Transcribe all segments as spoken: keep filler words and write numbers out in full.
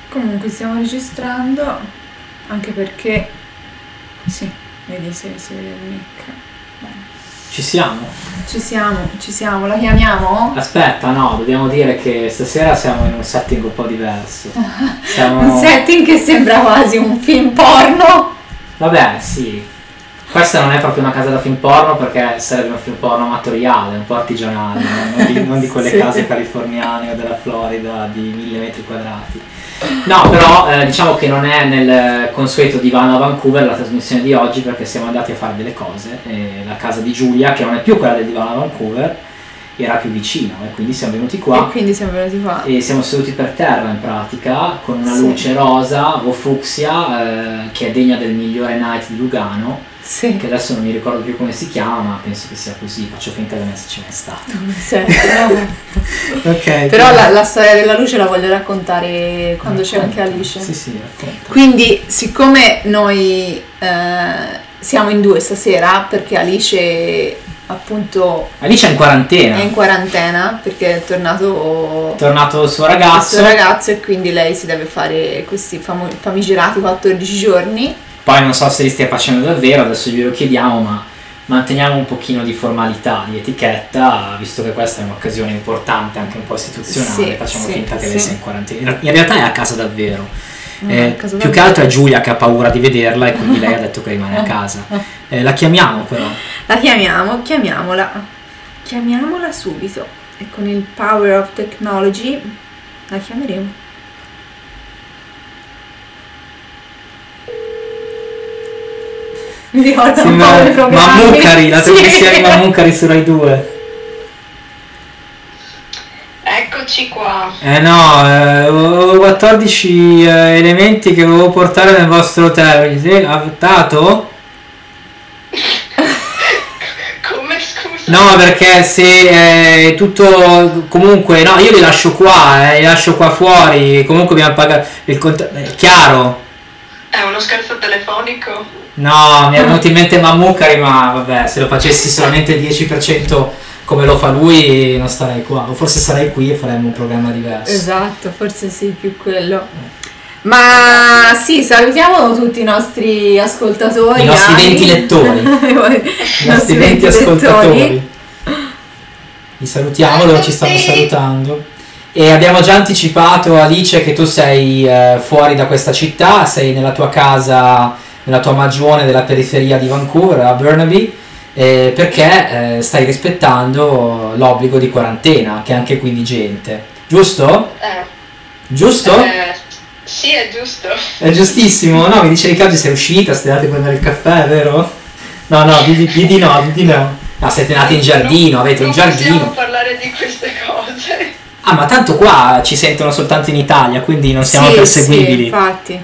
Comunque stiamo registrando, anche perché sì, vedi se si vede il mic. Bene. Ci siamo? Ci siamo, ci siamo, la chiamiamo? Aspetta, no, dobbiamo dire che stasera siamo in un setting un po' diverso. Siamo... un setting che sembra quasi un film porno. Vabbè, sì. Questa non è proprio una casa da film porno perché sarebbe un film porno amatoriale, un po' artigianale, non di, non di quelle Sì. case californiane o della Florida di mille metri quadrati. No, però eh, diciamo che non è nel consueto divano a Vancouver la trasmissione di oggi perché siamo andati a fare delle cose e la casa di Giulia, che non è più quella del divano a Vancouver, era più vicino e quindi siamo venuti qua. E quindi siamo venuti qua. E siamo seduti per terra in pratica con una Sì. luce rosa o fucsia eh, che è degna del migliore night di Lugano. Sì. Che adesso non mi ricordo più come si chiama, ma penso che sia così, faccio finta che non ci mai stato. Certo. Ok. Però la, la storia della luce la voglio raccontare quando c'è anche Alice. Sì, sì, racconta. Quindi, siccome noi eh, siamo in due stasera, perché Alice appunto Alice è in quarantena. è in quarantena perché è tornato È tornato il suo il ragazzo. suo ragazzo e quindi lei si deve fare questi famo- famigerati quattordici giorni. Poi non so se li stia facendo davvero, adesso glielo chiediamo, ma manteniamo un pochino di formalità, di etichetta, visto che questa è un'occasione importante, anche un po' istituzionale, Sì, facciamo sì, finta che sì. lei sia in quarantena. In realtà è a casa davvero. No, Eh, a casa più che davvero. altro è Giulia che ha paura di vederla e quindi lei ha detto che rimane a casa. Eh, la chiamiamo però. La chiamiamo, chiamiamola, chiamiamola subito e con il power of technology la chiameremo. Mi ricorda un po' i programmi. Mammucari, la Sì. trasmissione di Mammucari su Rai due. Eccoci qua. Eh no, eh, avevo quattordici eh, elementi che dovevo portare nel vostro hotel. Vi siete avventato? Come scusa? No, perché se eh, tutto comunque, no, io li lascio qua, eh, li lascio qua fuori. Comunque mi ha pagato il conto. È chiaro? È uno scherzo telefonico? No, mi è venuto in mente Mammucari, ma vabbè, se lo facessi solamente il dieci per cento come lo fa lui, non starei qua. O forse sarei qui e faremmo un programma diverso. Esatto, forse sì, più quello. Ma sì, salutiamo tutti i nostri ascoltatori. I nostri Ani. venti lettori. I I nostri venti ascoltatori. Li salutiamo, loro ci stanno Sì. salutando. E abbiamo già anticipato, Alice, che tu sei eh, fuori da questa città, sei nella tua casa, nella tua magione della periferia di Vancouver, a Burnaby, eh, perché eh, stai rispettando l'obbligo di quarantena, che è anche qui vigente. Giusto? Eh. Giusto? Eh, sì, è giusto. È giustissimo. No, mi dicevi che oggi sei uscita, stai andando a prendere il caffè, vero? No, no, di, di, di, di no, di, di no. No, siete nati in giardino, Non- avete un non giardino. possiamo parlare di queste cose. Ah, ma tanto qua ci sentono soltanto in Italia, quindi non siamo Sì, perseguibili. sì, infatti.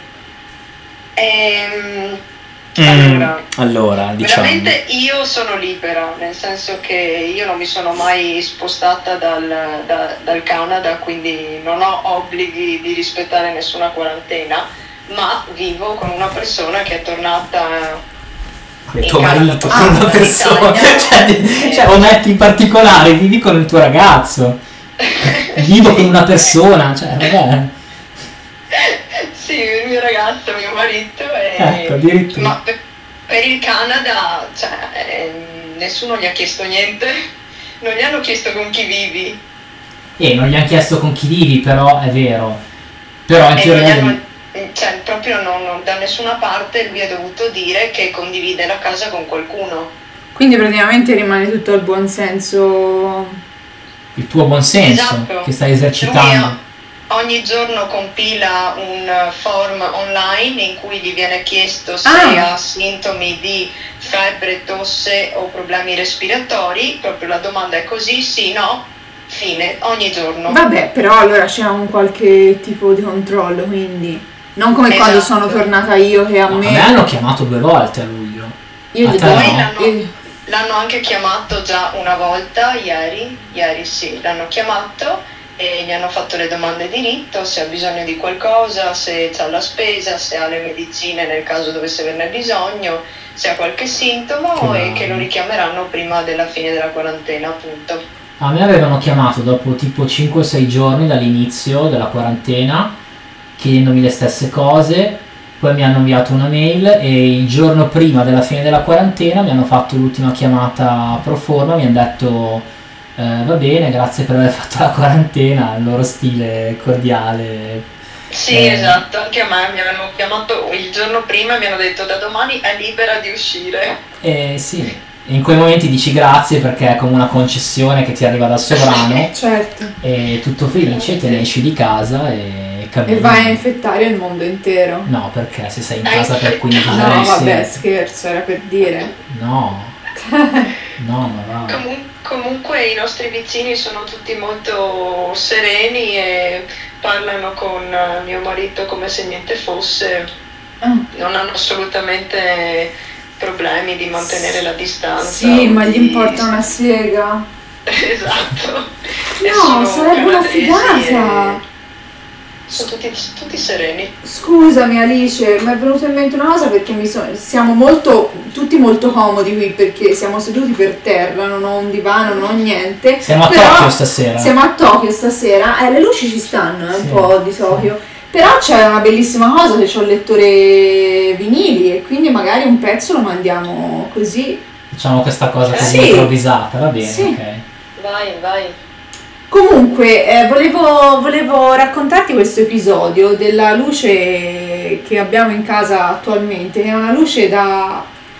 Ehm, Mm, allora, allora, diciamo. veramente io sono libera, nel senso che io non mi sono mai spostata dal, da- dal Canada, quindi non ho obblighi di rispettare nessuna quarantena, ma vivo con una persona che è tornata Vabbè, in tuo Canada, marito, ah, con una in persona, Italia. cioè, di- cioè ometti in particolare, vivi con il tuo ragazzo, vivo con una persona, cioè, vabbè. Sì, il mio ragazzo, mio marito e... Ecco, addirittura. Ma per, per il Canada, cioè, eh, nessuno gli ha chiesto niente, non gli hanno chiesto con chi vivi. E non gli hanno chiesto con chi vivi, però è vero. Però in E non gli teoria hanno, cioè, proprio non, non- da nessuna parte lui ha dovuto dire che condivide la casa con qualcuno. Quindi praticamente rimane tutto al buon senso. il tuo buon senso Esatto. che stai Lui esercitando. ha- ogni giorno compila un form online in cui gli viene chiesto se Ah. ha sintomi di febbre, tosse o problemi respiratori. Proprio la domanda è così, sì, no, fine, ogni giorno. Vabbè, però allora c'è un qualche tipo di controllo, quindi non come Esatto. quando sono tornata io che a No, a me, me hanno chiamato due volte a luglio. io a gli te do- no? Poi l'hanno, io- l'hanno anche chiamato già una volta, ieri, ieri sì, l'hanno chiamato e gli hanno fatto le domande di rito, se ha bisogno di qualcosa, se ha la spesa, se ha le medicine nel caso dovesse averne bisogno, se ha qualche sintomo Che e bravi. che lo richiameranno prima della fine della quarantena, appunto. A me avevano chiamato dopo tipo cinque o sei giorni dall'inizio della quarantena chiedendomi le stesse cose, poi mi hanno inviato una mail e il giorno prima della fine della quarantena mi hanno fatto l'ultima chiamata pro forma, mi hanno detto eh, va bene, grazie per aver fatto la quarantena, il loro stile cordiale. Sì, Eh. esatto, anche a me mi avevano chiamato il giorno prima e mi hanno detto da domani è libera di uscire. E sì, in quei momenti dici grazie perché è come una concessione che ti arriva dal sovrano Certo. e tutto felice, te ne esci di casa e cammini. E vai a infettare il mondo intero. No, perché se sei in Hai casa per quindici infettato. giorni No, vabbè, sì. scherzo, era per dire. No, no, ma va. Comun- comunque i nostri vicini sono tutti molto sereni e parlano con eh, mio marito come se niente fosse, Ah. non hanno assolutamente problemi di mantenere la distanza. Sì, o ma gli di- importa una sega. Esatto. E No, sono sarebbe una canadesi figata. e Sono tutti, tutti sereni. Scusami Alice, mi è venuta in mente una cosa perché mi so- siamo molto, tutti molto comodi qui perché siamo seduti per terra, non ho un divano, non ho niente. Siamo a Però Tokyo stasera. Siamo a Tokyo stasera, eh, le luci ci stanno, eh, Sì, un po' di sì. Tokyo. Però c'è una bellissima cosa che c'ho il lettore vinili e quindi magari un pezzo lo mandiamo così. Facciamo questa cosa così Sì. improvvisata, va bene, Sì. ok. Vai, vai. Comunque, eh, volevo, volevo raccontarti questo episodio della luce che abbiamo in casa attualmente, che è una luce da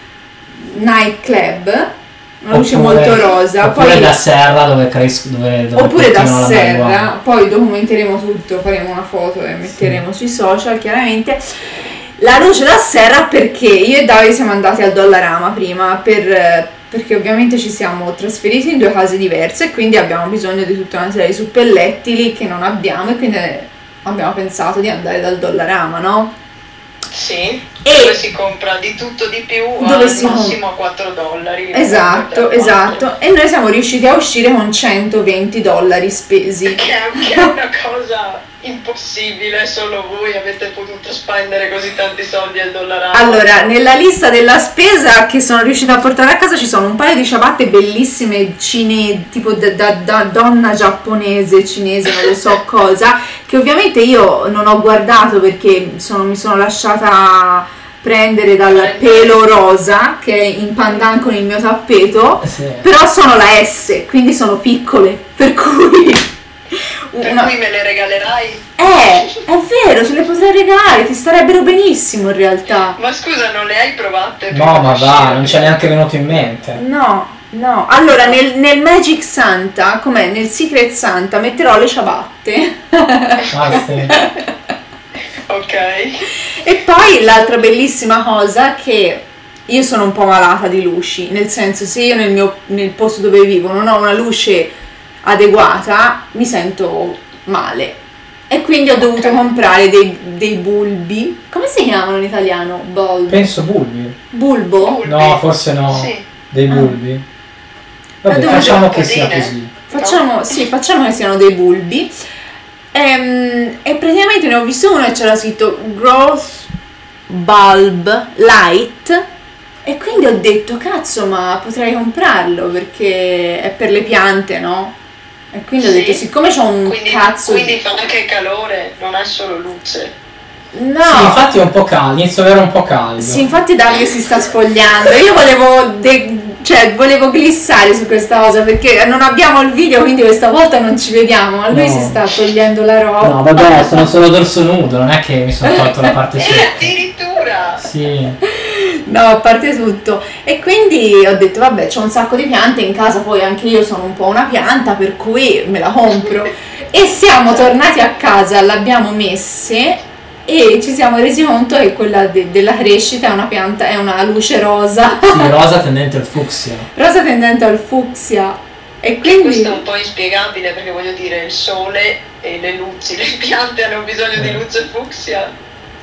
nightclub, una luce Oppure- molto rosa, Oppure poi, da serra dove cresco, dove, dove oppure da coltivano la serra, marijuana. poi documenteremo tutto, faremo una foto e metteremo sui social chiaramente. La luce da serra perché io e Davide siamo andati al Dollarama prima per... perché ovviamente ci siamo trasferiti in due case diverse e quindi abbiamo bisogno di tutta una serie di suppellettili che non abbiamo e quindi abbiamo pensato di andare dal Dollarama, no? Sì, E- dove si compra di tutto di più Dove al si com- massimo a quattro dollari. Esatto, esatto. E noi siamo riusciti a uscire con centoventi dollari spesi. Che è, che è una cosa impossibile, solo voi avete potuto spendere così tanti soldi al dollaro. Allora, nella lista della spesa che sono riuscita a portare a casa ci sono un paio di ciabatte bellissime cinesi, tipo da, da- da donna giapponese, cinese, non lo so cosa, che ovviamente io non ho guardato perché sono- mi sono lasciata prendere dal pelo rosa che è in pandan con il mio tappeto, Sì. però sono la S, quindi sono piccole, per cui... Per una- cui me le regalerai? Eh, è vero, te le potrei regalare, ti starebbero benissimo in realtà. Ma scusa, non le hai provate? prima No, di ma uscire? va, non ci è neanche venuto in mente. No, no. Allora, nel, nel Magic Santa, com'è? Nel Secret Santa metterò le ciabatte. Ah, sì. Ok. E poi l'altra bellissima cosa che io sono un po' malata di luci, nel senso se io nel mio nel posto dove vivo non ho una luce adeguata, mi sento male. E quindi ho dovuto comprare dei, dei bulbi. Come si chiamano in italiano? Bulb. Penso bulbi. Bulbo? Bulbi. No, forse no. Sì. Dei Ah. bulbi. Vabbè, dove facciamo c'è che sia codine? così. Facciamo, sì, facciamo che siano dei bulbi. Ehm, E, praticamente ne ho visto uno e c'era scritto Growth Bulb Light. E quindi ho detto, cazzo, ma potrei comprarlo perché è per le piante, no? E quindi ho Sì. detto, siccome c'ho un Quindi, cazzo quindi fa anche calore, non è solo luce. di... No! Sì, infatti è un po' caldo, inizio ad avere un po' caldo. Sì, infatti Davide si sta spogliando. Io volevo, de- cioè, volevo glissare su questa cosa perché non abbiamo il video, quindi questa volta non ci vediamo. Ma lui No. si sta togliendo la roba. No, vabbè, sono solo dorso nudo, non è che mi sono tolto la parte E sotto. addirittura! Sì. No, a parte tutto. E quindi ho detto, vabbè, c'ho un sacco di piante in casa, poi anche io sono un po' una pianta, per cui me la compro. E siamo tornati a casa, l'abbiamo messe e ci siamo resi conto che quella de- della crescita è una pianta, è una luce rosa, Sì, rosa tendente al fucsia. rosa tendente al fucsia. E Questo quindi... è un po' inspiegabile perché voglio dire il sole e le luci, le piante hanno bisogno di luce fucsia.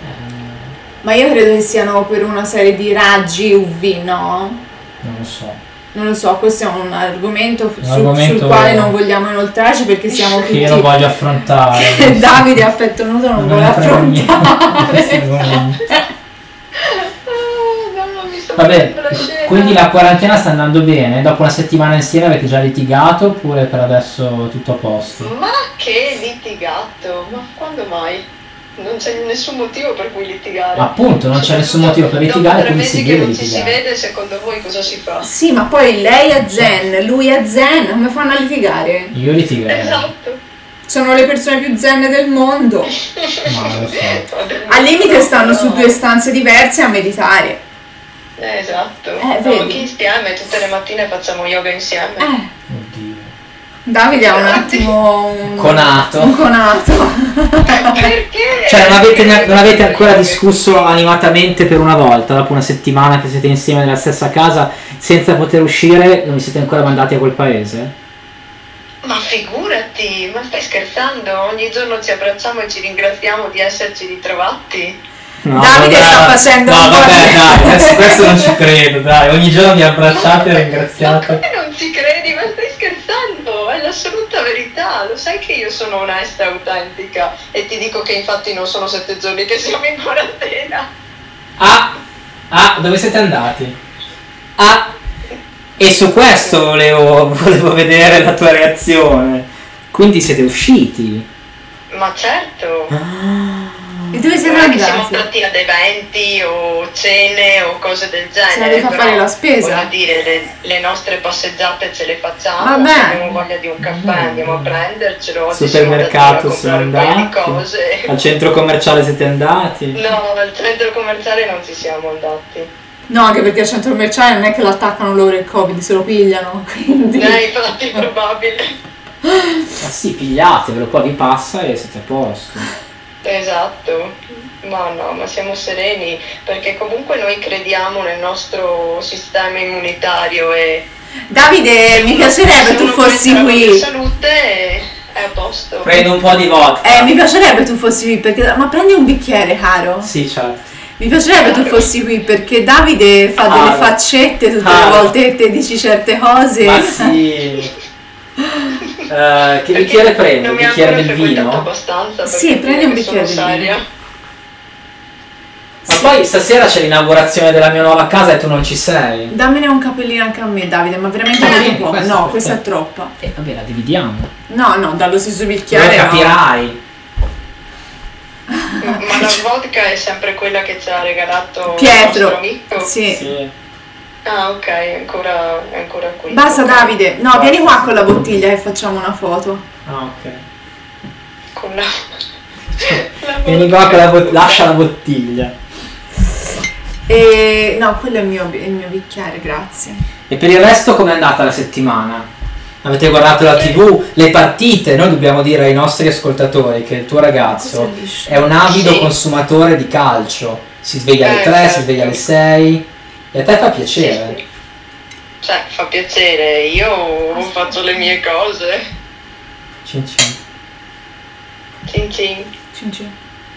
Ma io credo che siano per una serie di raggi U V, no? Non lo so. Non lo so, questo è un argomento, Un su- argomento- sul quale non vogliamo inoltrarci perché siamo Che tutti... io non voglio affrontare. Davide a petto nudo non, Non vuole me ne frega niente di affrontare. questi argomenti. Ah, no, mi sto Vabbè, vedendo la scena. quindi la quarantena sta andando bene? Dopo una settimana insieme avete già litigato oppure per adesso tutto a posto? Ma che litigato, ma quando mai? Non c'è nessun motivo per cui litigare. Appunto, non c'è nessun motivo per litigare, quindi si deve non si litigare. vede, secondo voi cosa si fa? Sì, ma poi lei è zen, lui è zen, come fanno a litigare? Io litigherei. Esatto. Sono le persone più zen del mondo. No, lo so. Al limite stanno su due stanze diverse a meditare. Eh, esatto. Eh, No, vedi. anche insieme, tutte le mattine facciamo yoga insieme. Eh, Oddio. Davide ha un attimo un Conato. un conato. Perché? Cioè non avete, ne- non avete ancora discusso animatamente per una volta, dopo una settimana che siete insieme nella stessa casa, senza poter uscire, non vi siete ancora mandati a quel paese? Ma figurati, ma stai scherzando? Ogni giorno ci abbracciamo e ci ringraziamo di esserci ritrovati. No, Davide vabbè. sta facendo No, un po' vabbè, di- dai, adesso questo non ci credo, dai, ogni giorno vi abbracciate e Ma ringraziate. come non ci credi? Ma stai scherzando? È l'assoluta verità. Lo sai che io sono onesta e autentica e ti dico che infatti non sono sette giorni che siamo in quarantena. Ah, ah, dove siete andati? Ah, e su questo volevo, volevo vedere la tua reazione. Quindi siete usciti? Ma certo. E dove siete Non è che siamo andati? andati ad eventi o cene o cose del genere. Siamo andati a però, fare la spesa. Voglio dire, le, le nostre passeggiate ce le facciamo. Vabbè. Se abbiamo voglia di un caffè andiamo a prendercelo. Oggi Supermercato siamo siamo andati a comprare un paio di andati? cose. Al centro commerciale siete andati? No, al centro commerciale non ci siamo andati. No, anche perché al centro commerciale non è che l'attaccano loro il Covid, se lo pigliano, quindi... Eh, infatti è probabile. Ma sì, pigliatevelo, poi vi passa e siete a posto. Esatto. Ma no, ma siamo sereni perché comunque noi crediamo nel nostro sistema immunitario e Davide, mi piacerebbe se tu uno fossi prende la qui. propria salute è a posto. Prendo un po' di vodka. Eh, mi piacerebbe tu fossi qui perché... Ma prendi un bicchiere, caro. Sì, certo. Mi piacerebbe tu fossi qui perché Davide fa delle Ah. faccette tutte Ah. le volte che te dici certe cose. Ma sì. Eh, che Perché bicchiere prendo? non Un mi ha bicchiere ancora del frequentato vino? abbastanza per Sì, capire prendi un che bicchiere sono del vino. seria. Ma poi stasera c'è l'inaugurazione della mia nuova casa e tu non ci sei. Dammene un capellino anche a me, Davide, ma veramente Eh, non sì, può. questo No, per questa te. è troppa. E vabbè, la dividiamo. No, no, dallo stesso Lo bicchiere. no. capirai. Ma la vodka è sempre quella che ci ha regalato il Pietro. nostro amico? Sì. Sì. Ah, ok, è ancora, è ancora qui. Basta Ok. Davide. No, vieni qua con la bottiglia e facciamo una foto. Ah, ok. Con la... la Vieni qua con la bot- lascia la bottiglia. E no, quello è il mio, il mio bicchiere, grazie. E per il resto com'è andata la settimana? Avete guardato la tivù, le partite? Noi dobbiamo dire ai nostri ascoltatori che il tuo ragazzo Cos'è liscio? è un avido Sì. consumatore di calcio. Si sveglia alle Eh, tre, si certo. sveglia alle sei. E a te fa Sì, piacere? sì. Cioè, fa piacere, io faccio le mie cose. Cin cin. Cin cin. Cin cin.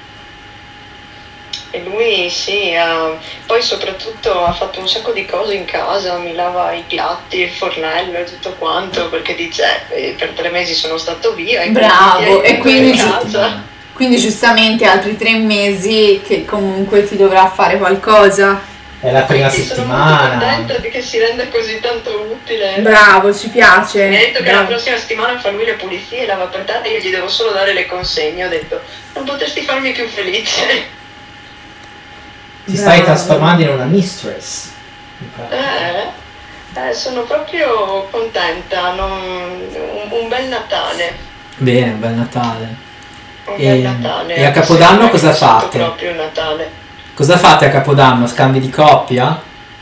E lui sì, ha- poi soprattutto ha fatto un sacco di cose in casa, mi lava i piatti, il fornello e tutto quanto, perché dice eh, per tre mesi sono stato via e Bravo, quindi e quindi in ci- casa. Quindi giustamente altri tre mesi che comunque ti dovrà fare qualcosa. È la prima Quindi sono molto settimana. contenta di che si rende così tanto utile. Bravo, ci piace. Mi ha detto che Bravo. la prossima settimana fa lui le pulizie e lava per terra e io gli devo solo dare le consegne. Ho detto, non potresti farmi più felice. Ti stai Bravo. trasformando in una mistress. in pratica. Eh, eh, sono proprio contenta, non- un, un bel Natale. Bene, un bel Natale. Un E- bel Natale. e a Capodanno Sembra cosa che sia stato fate? proprio il Natale. Cosa fate a Capodanno? Scambi di coppia?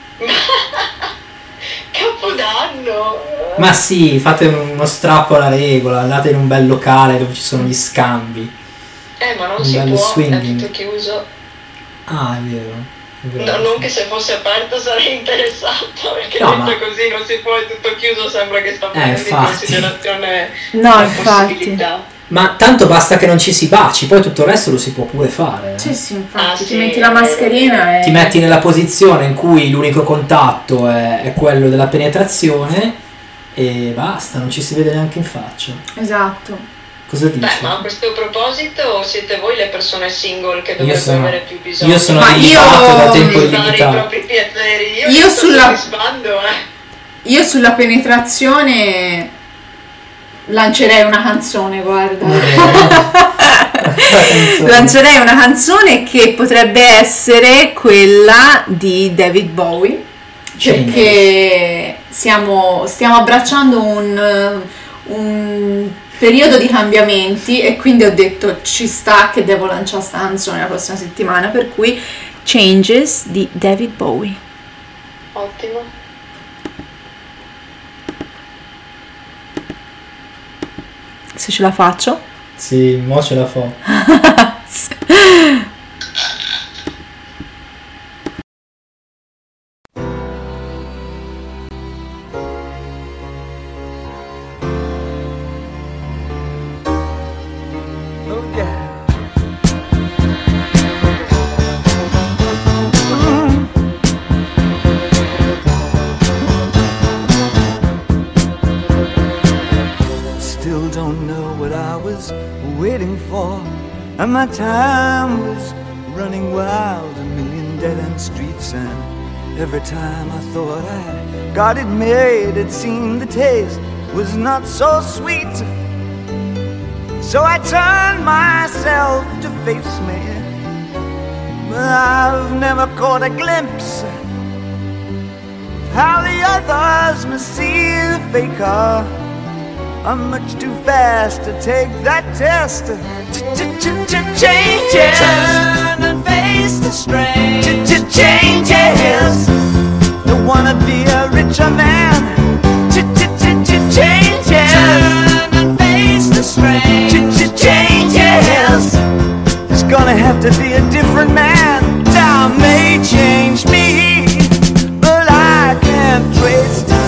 Capodanno! Ma sì, fate uno strappo alla regola, andate in un bel locale dove ci sono gli scambi. Eh, ma non un si bello può, swinging. è tutto chiuso. Ah, è vero. È vero. No, non che se fosse aperto sarei interessata, perché No, detto ma- così non si può, è tutto chiuso, sembra che sta prendendo in infatti. considerazione No, la infatti. possibilità. Ma tanto basta che non ci si baci, poi tutto il resto lo si può pure fare. eh. Sì, sì, infatti, Ah, ti sì, metti la è vero. mascherina e... Ti metti nella posizione in cui l'unico contatto è, è quello della penetrazione e basta, non ci si vede neanche in faccia. Esatto. Cosa Beh, dici? ma a questo proposito siete voi le persone single che Io dovrebbero sono- avere più bisogno io sono Ma limitato io- da tempo di fare i illimitato. propri piaceri. Io, Io mi sto sulla- soddisfando, eh. Io sulla penetrazione lancerei una canzone, guarda. Lancerei una canzone che potrebbe essere quella di David Bowie, perché siamo, stiamo abbracciando un, un periodo di cambiamenti e quindi ho detto ci sta che devo lanciare sta canzone la prossima settimana, per cui Changes di David Bowie. Ottimo. Se ce la faccio? Sì, mo ce la fa. And my time was running wild, a million dead-end streets, and every time I thought I'd got it made, it seemed the taste was not so sweet. So I turned myself to face me, but I've never caught a glimpse of how the others must see the faker. I'm much too fast to take that test. Changes. Turn and face the strain. Changes. Don't wanna be a richer man. Changes. Turn and face the strain. Changes. There's gonna have to be a different man. Time may change me, but I can't trace time.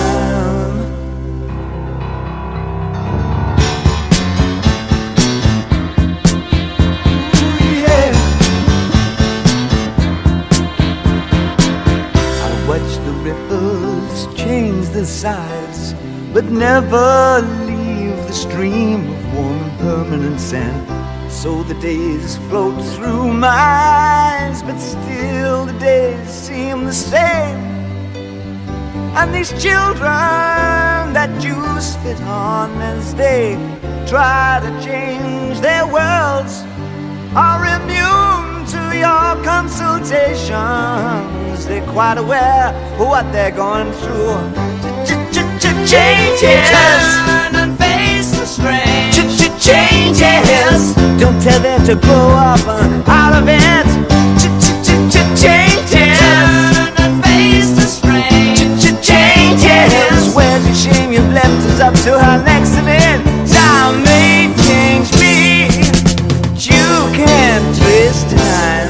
Sides, but never leave the stream of warm and permanent sand. So the days float through my eyes, but still the days seem the same. And these children that you spit on as they try to change their worlds are immune to your consultations. They're quite aware of what they're going through. Changes. Turn and face the strain. Changes. Don't tell them to grow up out of it. Changes. Turn and face the strain. Changes. Where's your shame you've left us up to our next event? Time may change me, but you can't twist time.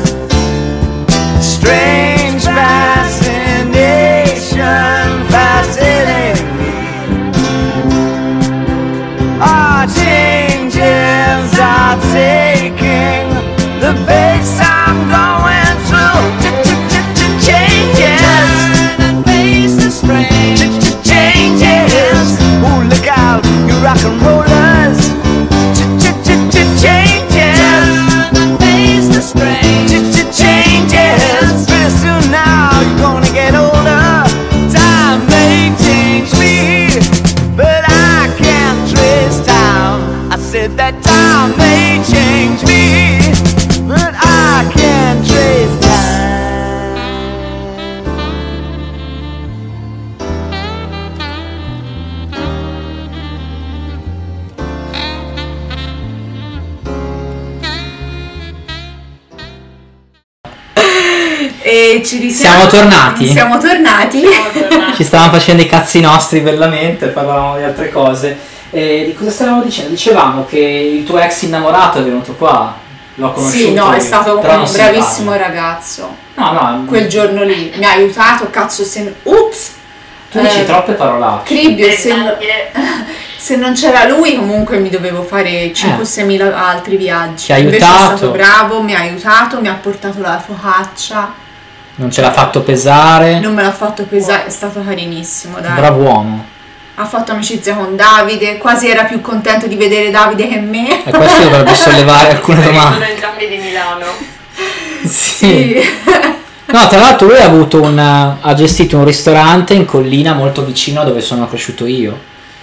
Strange fascination, fascinating. Our changes are taking the pace I'm going through. Changes. Turn and face the strain. Changes. Oh, look out, you rock and rollers. Changes. Turn and face the strain. Changes. Pretty soon now you're gonna get older. Time may change me, but I can't trace time. I said that time may change me, but I can't trace time. E ci risiamo. Siamo tornati. Siamo tornati. Siamo tornati. Ci stavamo facendo i cazzi nostri bellamente, parlavamo di altre cose. E di cosa stavamo dicendo? Dicevamo che il tuo ex innamorato è venuto qua. L'ho conosciuto. Sì, no, io, è stato però un non si bravissimo parla. ragazzo. No, no. Quel giorno lì mi ha aiutato, cazzo, se... Ups! Tu dici Eh, troppe parolacce. Cribbio, se, Dettaglie. se non c'era lui comunque mi dovevo fare cinque sei mila altri viaggi. Ti ha Invece è aiutato. stato bravo, mi ha aiutato, mi ha portato la focaccia, Non ce l'ha fatto pesare. non me l'ha fatto pesare, è stato carinissimo, dai. Bravo uomo. Ha fatto amicizia con Davide, quasi era più contento di vedere Davide che me. E questo dovrebbe sollevare alcune Sono domande. entrambi di Milano. Sì. No, tra l'altro lui ha avuto un ha gestito un ristorante in collina molto vicino a dove sono cresciuto io.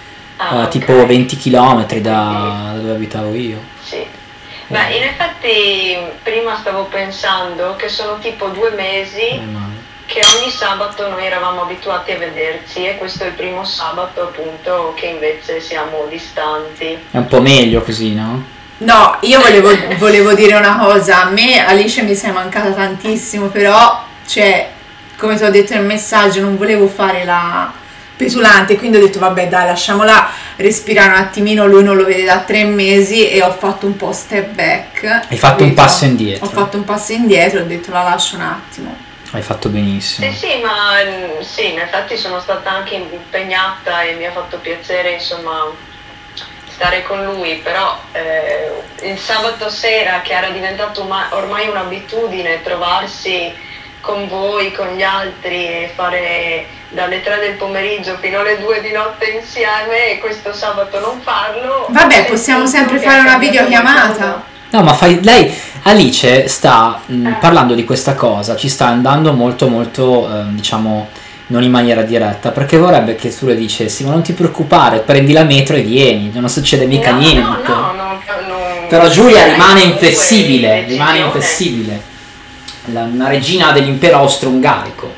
Ah, eh, tipo ok. venti chilometri da, da dove abitavo io. Sì. Beh, in effetti prima stavo pensando che sono tipo due mesi Non è male. che ogni sabato noi eravamo abituati a vederci e questo è il primo sabato appunto che invece siamo distanti. È un po' meglio così, no? No, io volevo, volevo dire una cosa, a me Alice mi sei mancata tantissimo, però, cioè, come ti ho detto nel messaggio, non volevo fare la petulante, quindi ho detto vabbè dai, lasciamola respirare un attimino, lui non lo vede da tre mesi e ho fatto un po' step back. Hai fatto un Capito? passo indietro. Ho fatto un passo indietro, ho detto la lascio un attimo. Hai fatto benissimo. Sì, sì, ma mm, sì, in effetti sono stata anche impegnata e mi ha fatto piacere, insomma, stare con lui, però eh, il sabato sera, che era diventato ma- ormai un'abitudine trovarsi con voi, con gli altri e fare dalle tre del pomeriggio fino alle due di notte insieme e questo sabato non farlo. Vabbè, ho possiamo sentito sempre che fare è una cambiato videochiamata. qualcosa. No, ma fai, lei, Alice, sta mh, Eh. parlando di questa cosa, ci sta andando molto, molto, ehm, diciamo, non in maniera diretta, perché vorrebbe che tu le dicessi, ma non ti preoccupare, prendi la metro e vieni, non succede mica no, niente. No, no, no, non- Però Giulia eh, rimane comunque, inflessibile, rimane decisione. inflessibile. La, una regina dell'impero austro-ungarico.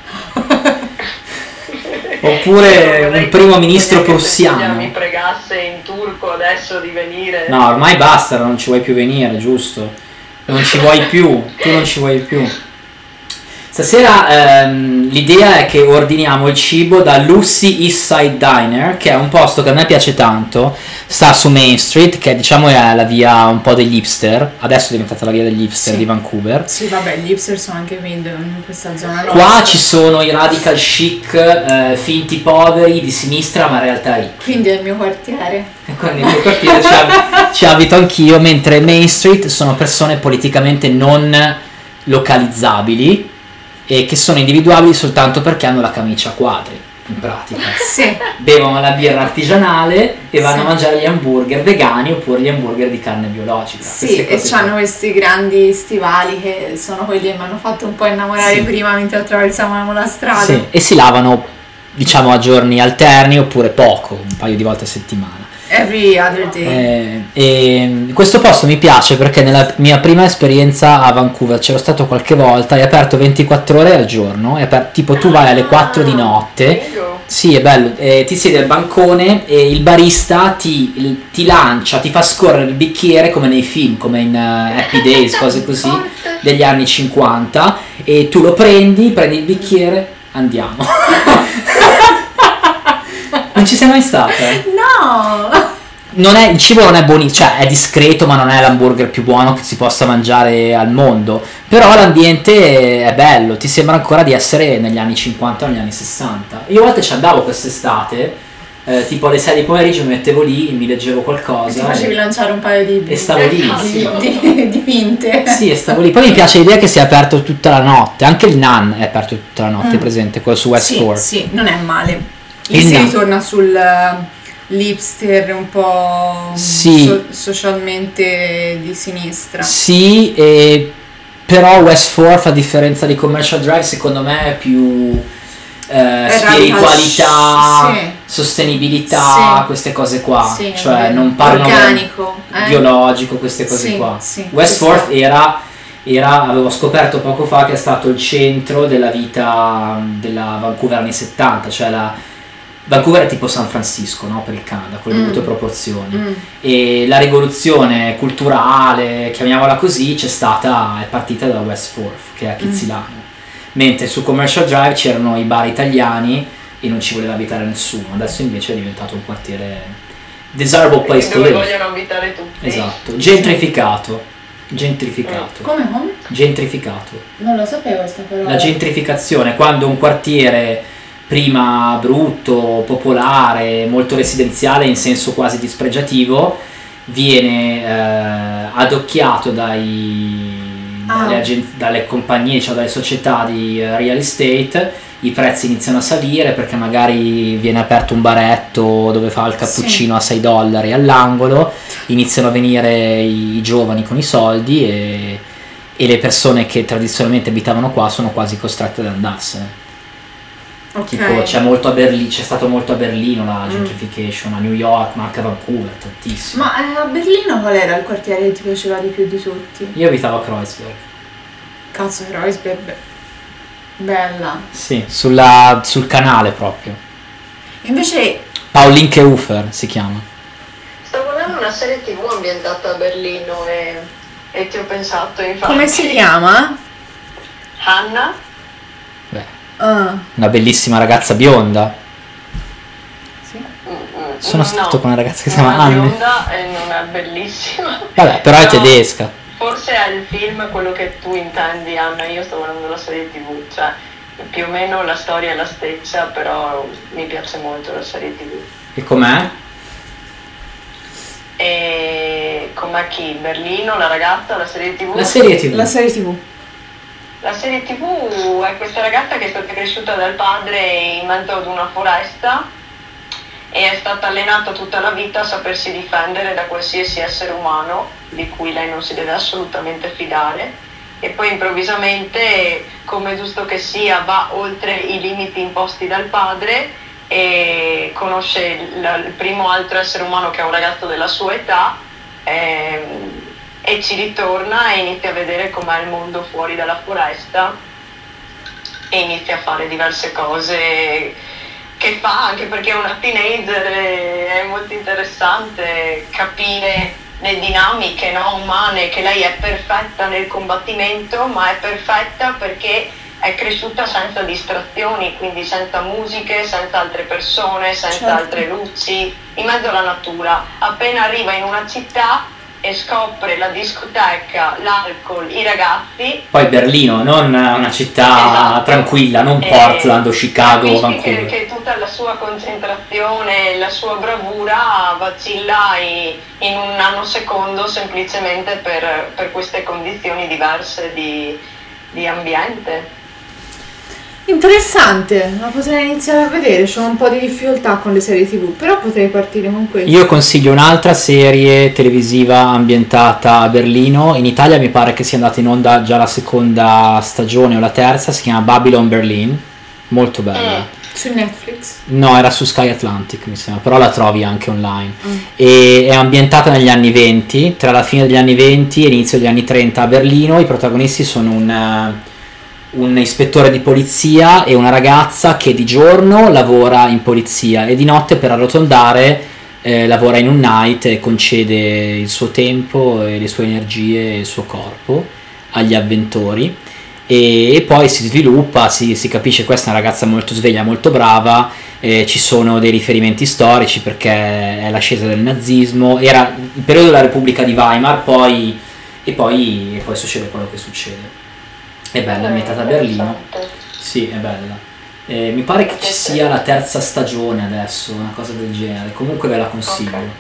Oppure Non vorrei un primo che ministro Giulia prussiano. mi pregasse in turco adesso di venire. No, ormai basta, non ci vuoi più venire, giusto? Non ci vuoi più, tu non ci vuoi più. Stasera ehm, l'idea è che ordiniamo il cibo da Lucy East Side Diner, che è un posto che a me piace tanto, sta su Main Street, che diciamo è la via un po' degli hipster, adesso è diventata la via degli hipster Sì. di Vancouver. Sì, vabbè, gli hipster sono anche qui in questa zona Qua nostra. ci sono i radical chic, eh, finti poveri, di sinistra ma in realtà ricchi. Quindi è il mio quartiere. E quindi nel mio quartiere ci, ab- ci abito anch'io, mentre Main Street sono persone politicamente non localizzabili e che sono individuabili soltanto perché hanno la camicia a quadri, in pratica. Sì. Bevono la birra artigianale e vanno Sì. a mangiare gli hamburger vegani oppure gli hamburger di carne biologica. Sì, Queste e cose qua. hanno questi grandi stivali che sono quelli che mi hanno fatto un po' innamorare Sì. prima mentre attraversavamo la strada. Sì, e si lavano diciamo a giorni alterni oppure poco, un paio di volte a settimana. Every other day. Eh, e questo posto mi piace perché nella mia prima esperienza a Vancouver c'ero stato qualche volta, è aperto ventiquattro ore al giorno, è aper- tipo tu vai alle quattro di notte, Figo. sì è bello, eh, ti siedi al bancone e il barista ti, il- ti lancia, ti fa scorrere il bicchiere come nei film, come in eh, Happy Days, cose così, degli anni cinquanta, e tu lo prendi, prendi il bicchiere, andiamo. Non ci sei mai stata? No! Non è, il cibo non è buonissimo, cioè è discreto, ma non è l'hamburger più buono che si possa mangiare al mondo. Però l'ambiente è bello, ti sembra ancora di essere negli anni cinquanta o negli anni sessanta. Io a volte ci andavo quest'estate, eh, tipo alle sei di pomeriggio mi mettevo lì, mi leggevo Ti qualcosa. facevi lanciare un paio di, E stavo lì, di, di, di pinte. Sì, e stavo lì. Poi mi piace l'idea che sia aperto tutta la notte. Anche il Nan è aperto tutta la notte, Mm. presente, quello su West Sì, Fork. sì, non è male. Lì Il si no. ritorna sul uh, l'hipster un po' Sì. so- socialmente di sinistra. Sì, e però West Fork, a differenza di Commercial Drive, secondo me è più eh, spiritualità, sì. sostenibilità, Sì. queste cose qua. Sì, è cioè vero. non parlano Organico, eh? biologico, queste cose Sì, qua. sì, West ci Fork sta. era, era, avevo scoperto poco fa che è stato il centro della vita della Vancouver anni settanta, cioè la Vancouver è tipo San Francisco, no? Per il Canada, con le Mm. dovute proporzioni. Mm. E la rivoluzione culturale, chiamiamola così, c'è stata, è partita da West Fork, che è a Kitzilano. Mentre su Commercial Drive c'erano i bar italiani e non ci voleva abitare nessuno. Adesso invece è diventato un quartiere desirable place to Dove live. vogliono abitare tutti. Esatto, gentrificato. Gentrificato. Come, come? Gentrificato. Non lo sapevo questa parola. La gentrificazione, quando un quartiere prima brutto, popolare, molto residenziale in senso quasi dispregiativo, viene eh, adocchiato dai, Ah. dalle, agen- dalle compagnie, cioè dalle società di eh, real estate, i prezzi iniziano a salire perché magari viene aperto un baretto dove fa il cappuccino a sei dollari all'angolo, iniziano a venire i, i giovani con i soldi e, e le persone che tradizionalmente abitavano qua sono quasi costrette ad andarsene. Ok. Tipo c'è molto a Berlino, c'è stato molto a Berlino la gentrification, a New York, ma anche a Vancouver, tantissimo. Ma eh, a Berlino qual era il quartiere che ti piaceva di più di tutti? Io abitavo a Kreuzberg. Cazzo, Kreuzberg, be- bella. Sì, sulla, sul canale proprio. Invece Paulinkeufer si chiama. Stavo guardando una serie tv ambientata a Berlino e, e ti ho pensato, infatti. come si chiama? Hannah? Beh, Ah, una bellissima ragazza bionda. sì. Sono No, stato con una ragazza che si non chiama è Anne. bionda e non è bellissima. Vabbè, però è No, tedesca. Forse è il film quello che tu intendi, Anna. Io sto guardando la serie tv, cioè più o meno la storia è la stessa, però mi piace molto la serie tv. E com'è? E com'è chi? Berlino, la ragazza, la serie tv? La serie tv. La serie tv. La serie tv è questa ragazza che è stata cresciuta dal padre in mezzo ad una foresta e è stata allenata tutta la vita a sapersi difendere da qualsiasi essere umano di cui lei non si deve assolutamente fidare, e poi improvvisamente, come giusto che sia, va oltre i limiti imposti dal padre e conosce il, il primo altro essere umano che è un ragazzo della sua età, ehm, e ci ritorna e inizia a vedere com'è il mondo fuori dalla foresta e inizia a fare diverse cose che fa, anche perché è una teenager, e è molto interessante capire le dinamiche, no, umane, che lei è perfetta nel combattimento, ma è perfetta perché è cresciuta senza distrazioni, quindi senza musiche, senza altre persone, senza Certo. altre luci, in mezzo alla natura. Appena arriva in una città e scopre la discoteca, l'alcol, i ragazzi. Poi Berlino, non una città Esatto. tranquilla, non E Portland o Chicago o capisci Vancouver. Che, che tutta la sua concentrazione, la sua bravura vacilla in, in un nanosecondo semplicemente per, per queste condizioni diverse di, di ambiente. Interessante, la potrei iniziare a vedere, ho un po' di difficoltà con le serie tv, però potrei partire con questo. Io consiglio un'altra serie televisiva ambientata a Berlino. In Italia mi pare che sia andata in onda già la seconda stagione o la terza, si chiama Babylon Berlin, molto bella. Su Netflix. No, era su Sky Atlantic mi sembra, però la trovi anche online. Mm. E è ambientata negli anni venti, tra la fine degli anni venti e l'inizio degli anni trenta a Berlino. I protagonisti sono un, eh, un ispettore di polizia e una ragazza che di giorno lavora in polizia e di notte, per arrotondare, eh, lavora in un night e concede il suo tempo e le sue energie e il suo corpo agli avventori. E poi si sviluppa, si, si capisce che questa è una ragazza molto sveglia, molto brava, eh, ci sono dei riferimenti storici perché è l'ascesa del nazismo, era il periodo della Repubblica di Weimar, poi e poi, e poi succede quello che succede. È bella, è ambientata a Berlino. Sì, è bella. Eh, mi pare che ci sia la terza stagione adesso, una cosa del genere, comunque ve la consiglio.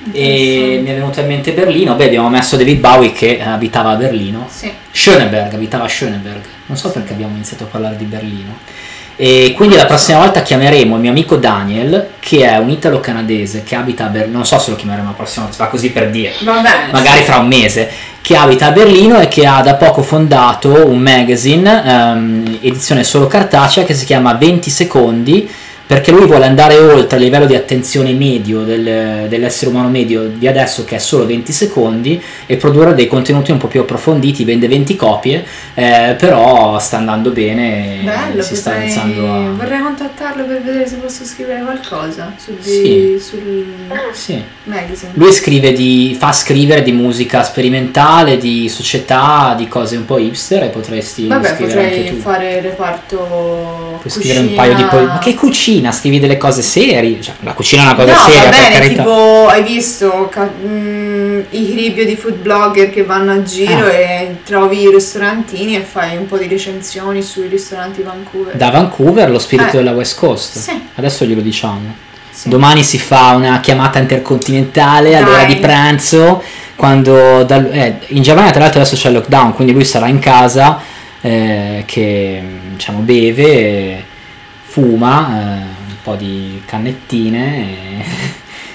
E mi è venuto in mente Berlino. Beh, abbiamo messo David Bowie che abitava a Berlino. Sì. Schöneberg, abitava a Schöneberg. Non so perché abbiamo iniziato a parlare di Berlino. E quindi la prossima volta chiameremo il mio amico Daniel, che è un italo-canadese che abita a Berlino. Non so se lo chiameremo la prossima volta, fa così per dire. Va bene. Magari fra un mese. Che abita a Berlino e che ha da poco fondato un magazine, ehm, edizione solo cartacea, che si chiama venti secondi, perché lui vuole andare oltre il livello di attenzione medio del, dell'essere umano medio di adesso, che è solo venti secondi, e produrre dei contenuti un po' più approfonditi. Vende venti copie, eh, però sta andando bene. Bello, si sta potrei- iniziando a... vorrei contattarlo per vedere se posso scrivere qualcosa sul, di- Sì. sul Sì. magazine. Lui scrive di, fa scrivere di musica sperimentale, di società, di cose un po' hipster, e potresti Vabbè, scrivere anche potrei tu. fare il reparto Puoi scrivere un paio di po- ma che cucina? Scrivi delle cose serie, cioè, la cucina è una cosa no, seria, va per bene, carità. tipo hai visto ca- mm, i review di food blogger che vanno a giro Ah. e trovi i ristorantini e fai un po' di recensioni sui ristoranti Vancouver. Da Vancouver, lo spirito Eh. della West Coast. Sì. Adesso glielo diciamo. Sì. Domani si fa una chiamata intercontinentale Dai. all'ora di pranzo, quando dal- eh, in Germania tra l'altro adesso c'è il lockdown, quindi lui sarà in casa, eh, che diciamo beve, fuma, eh, un po' di cannettine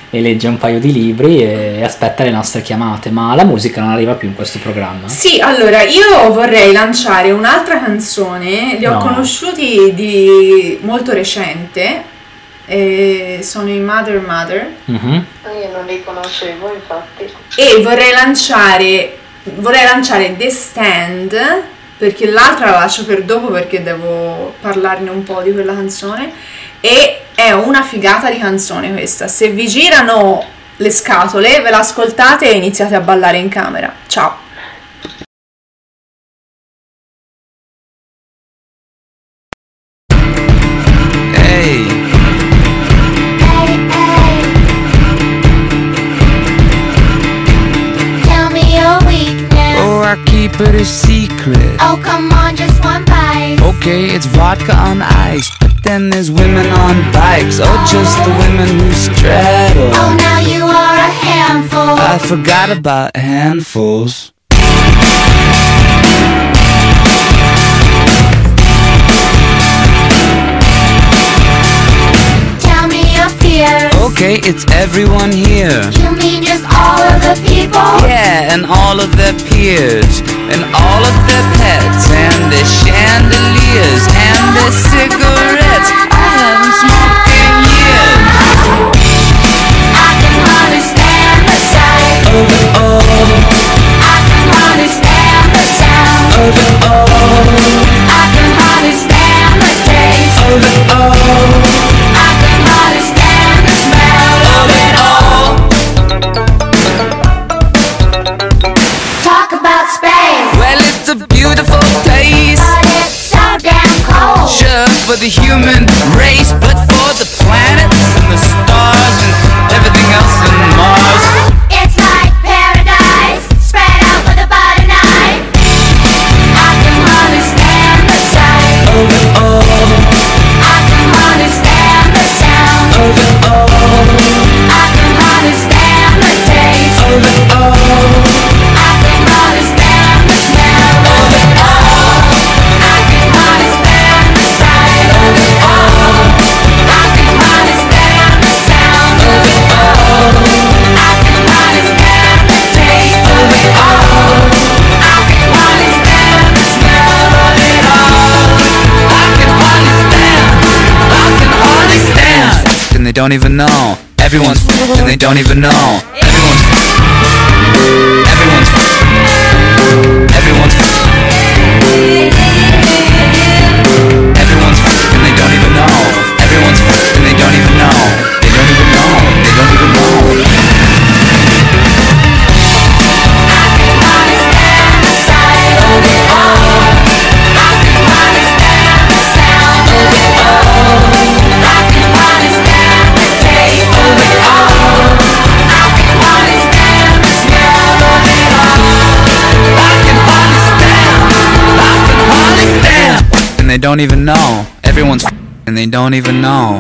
e legge un paio di libri e aspetta le nostre chiamate, ma la musica non arriva più in questo programma. Sì, allora io vorrei lanciare un'altra canzone, li ho No. conosciuti di molto recente, e sono i Mother Mother, Mhm. Io non li conoscevo, infatti. e vorrei lanciare vorrei lanciare The Stand, perché l'altra la lascio per dopo perché devo parlarne un po' di quella canzone, e è una figata di canzone questa. Se vi girano le scatole ve la ascoltate e iniziate a ballare in camera. Ciao. Hey, Tell me your weakness. oh, I keep it a secret. Oh, come on, just one bite. Okay, it's vodka on ice, but then there's women on bikes. Oh, just the women who straddle. Oh, now you are a handful. I forgot about handfuls. Tell me your fears. Okay, it's everyone here. You mean just all of the people? Yeah, and all of their peers, and all of their pets, and their chandeliers, and their cigarettes. I haven't smoked in years. I can understand the sight. Of it all, I can understand the sound. of it all, I can understand the taste. of it all, I can understand the smell of it all. Talk about space, well, it's a beautiful place. but it's so damn cold. Sure, for the human race, but for the planets and the stars and everything else in Mars. It's like paradise, spread out with a butter knife. I can understand the sight. Of it all, I can understand the sound. of it all, I can understand the taste. of it all, I can understand the smell of it all. I can understand the sight of it all. I can understand the sound of it all. I can understand the taste of it all. I can understand the smell of it all. I can understand, I can understand. And they don't even know. Everyone's and they don't even know. Everyone's everyone's everyone's everyone's and they don't even know. Everyone's and they don't even know. They don't even know. They don't even know. I can understand the sight of it all. I can understand the sound of it all. I can understand the taste of it all. I can understand the smell of it all. I can understand. I can understand. And they don't even know. Everyone's and they don't even know.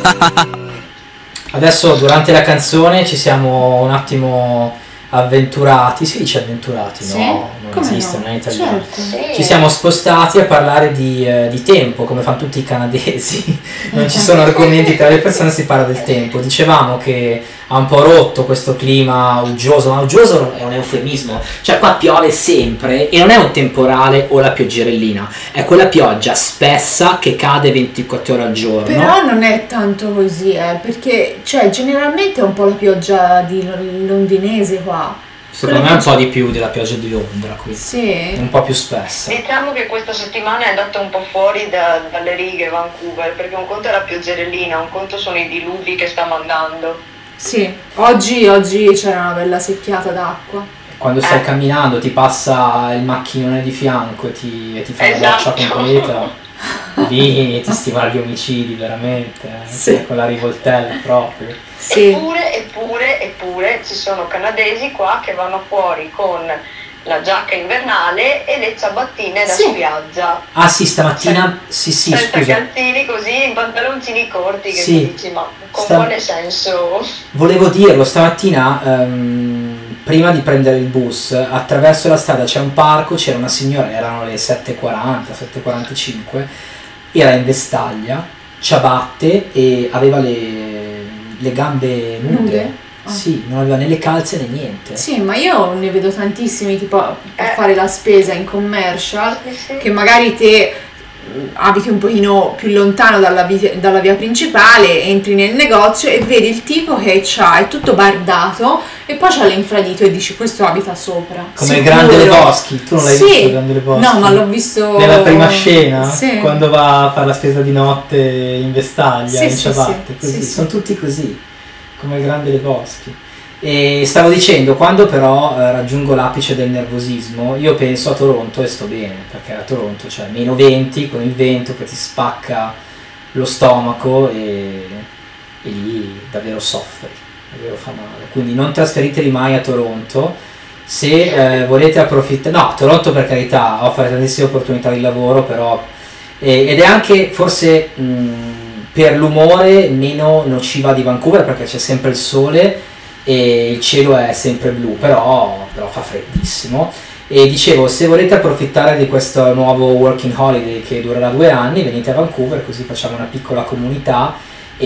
Adesso durante la canzone ci siamo un attimo avventurati, si dice avventurati, Sì? no? Non Come esiste, no? non è italiano. Certo. Ci siamo spostati a parlare di, eh, di tempo, come fanno tutti i canadesi. Non ci sono argomenti tra le persone, si parla del tempo. Dicevamo che ha un po' rotto questo clima uggioso, ma uggioso è un eufemismo. Cioè qua piove sempre e non è un temporale o la pioggerellina, è quella pioggia spessa che cade ventiquattro ore al giorno. Però non è tanto così, eh, perché cioè generalmente è un po' la pioggia di londinese qua. Secondo me Quella è un po' di più della pioggia di Londra qui. È Sì. un po' più spessa. Diciamo che questa settimana è andata un po' fuori da- dalle righe Vancouver, perché un conto è la pioggerellina, un conto sono i diluvi che sta mandando. Sì. Oggi, oggi c'era una bella secchiata d'acqua. Quando stai Eh. camminando ti passa il macchinone di fianco e ti, e ti fa Esatto. la doccia completa. Lì ti stimola gli omicidi veramente, eh, Sì. con la rivoltella proprio. Sì. Eppure, eppure, eppure ci sono canadesi qua che vanno fuori con la giacca invernale e le ciabattine da Sì. spiaggia. Ah sì, stamattina, sì sì, Senza scusa, calzini così, in pantaloncini corti che Sì. ti dici ma con Sta- quale senso? volevo dirlo, stamattina, ehm, prima di prendere il bus, attraverso la strada c'è un parco, c'era una signora, erano le sette e quaranta, sette e quarantacinque, era in vestaglia, ciabatte e aveva le, le gambe nude. Nude? Ah. Sì, non aveva né le calze né niente. Sì, ma io ne vedo tantissimi tipo a a Eh. fare la spesa in commercial, Sì, sì. che magari te mh, abiti un pochino più lontano dalla, vi- dalla via principale, entri nel negozio e vedi il tipo che c'ha, è tutto bardato e poi c'ha l'infradito e dici questo abita sopra. Come il Sicuro. Grande Lebowski, tu non l'hai Sì. visto il Grande Lebowski? No, ma l'ho visto Nella prima scena, Sì. quando va a fare la spesa di notte in vestaglia, Sì, in sì, ciabatte, sì, così, sì, sì. sono tutti così, come il Grande Lebowski. E stavo dicendo, quando però eh, raggiungo l'apice del nervosismo, io penso a Toronto e sto bene, perché a Toronto c'è meno venti, con il vento che ti spacca lo stomaco e, e lì davvero soffri, davvero fa male. Quindi non trasferitevi mai a Toronto. Se eh, volete approfittare, no, Toronto per carità offre tantissime opportunità di lavoro, però eh, ed è anche forse mh, per l'umore meno nociva di Vancouver, perché c'è sempre il sole e il cielo è sempre blu, però, però fa freddissimo. E dicevo, se volete approfittare di questo nuovo working holiday che durerà due anni, venite a Vancouver, così facciamo una piccola comunità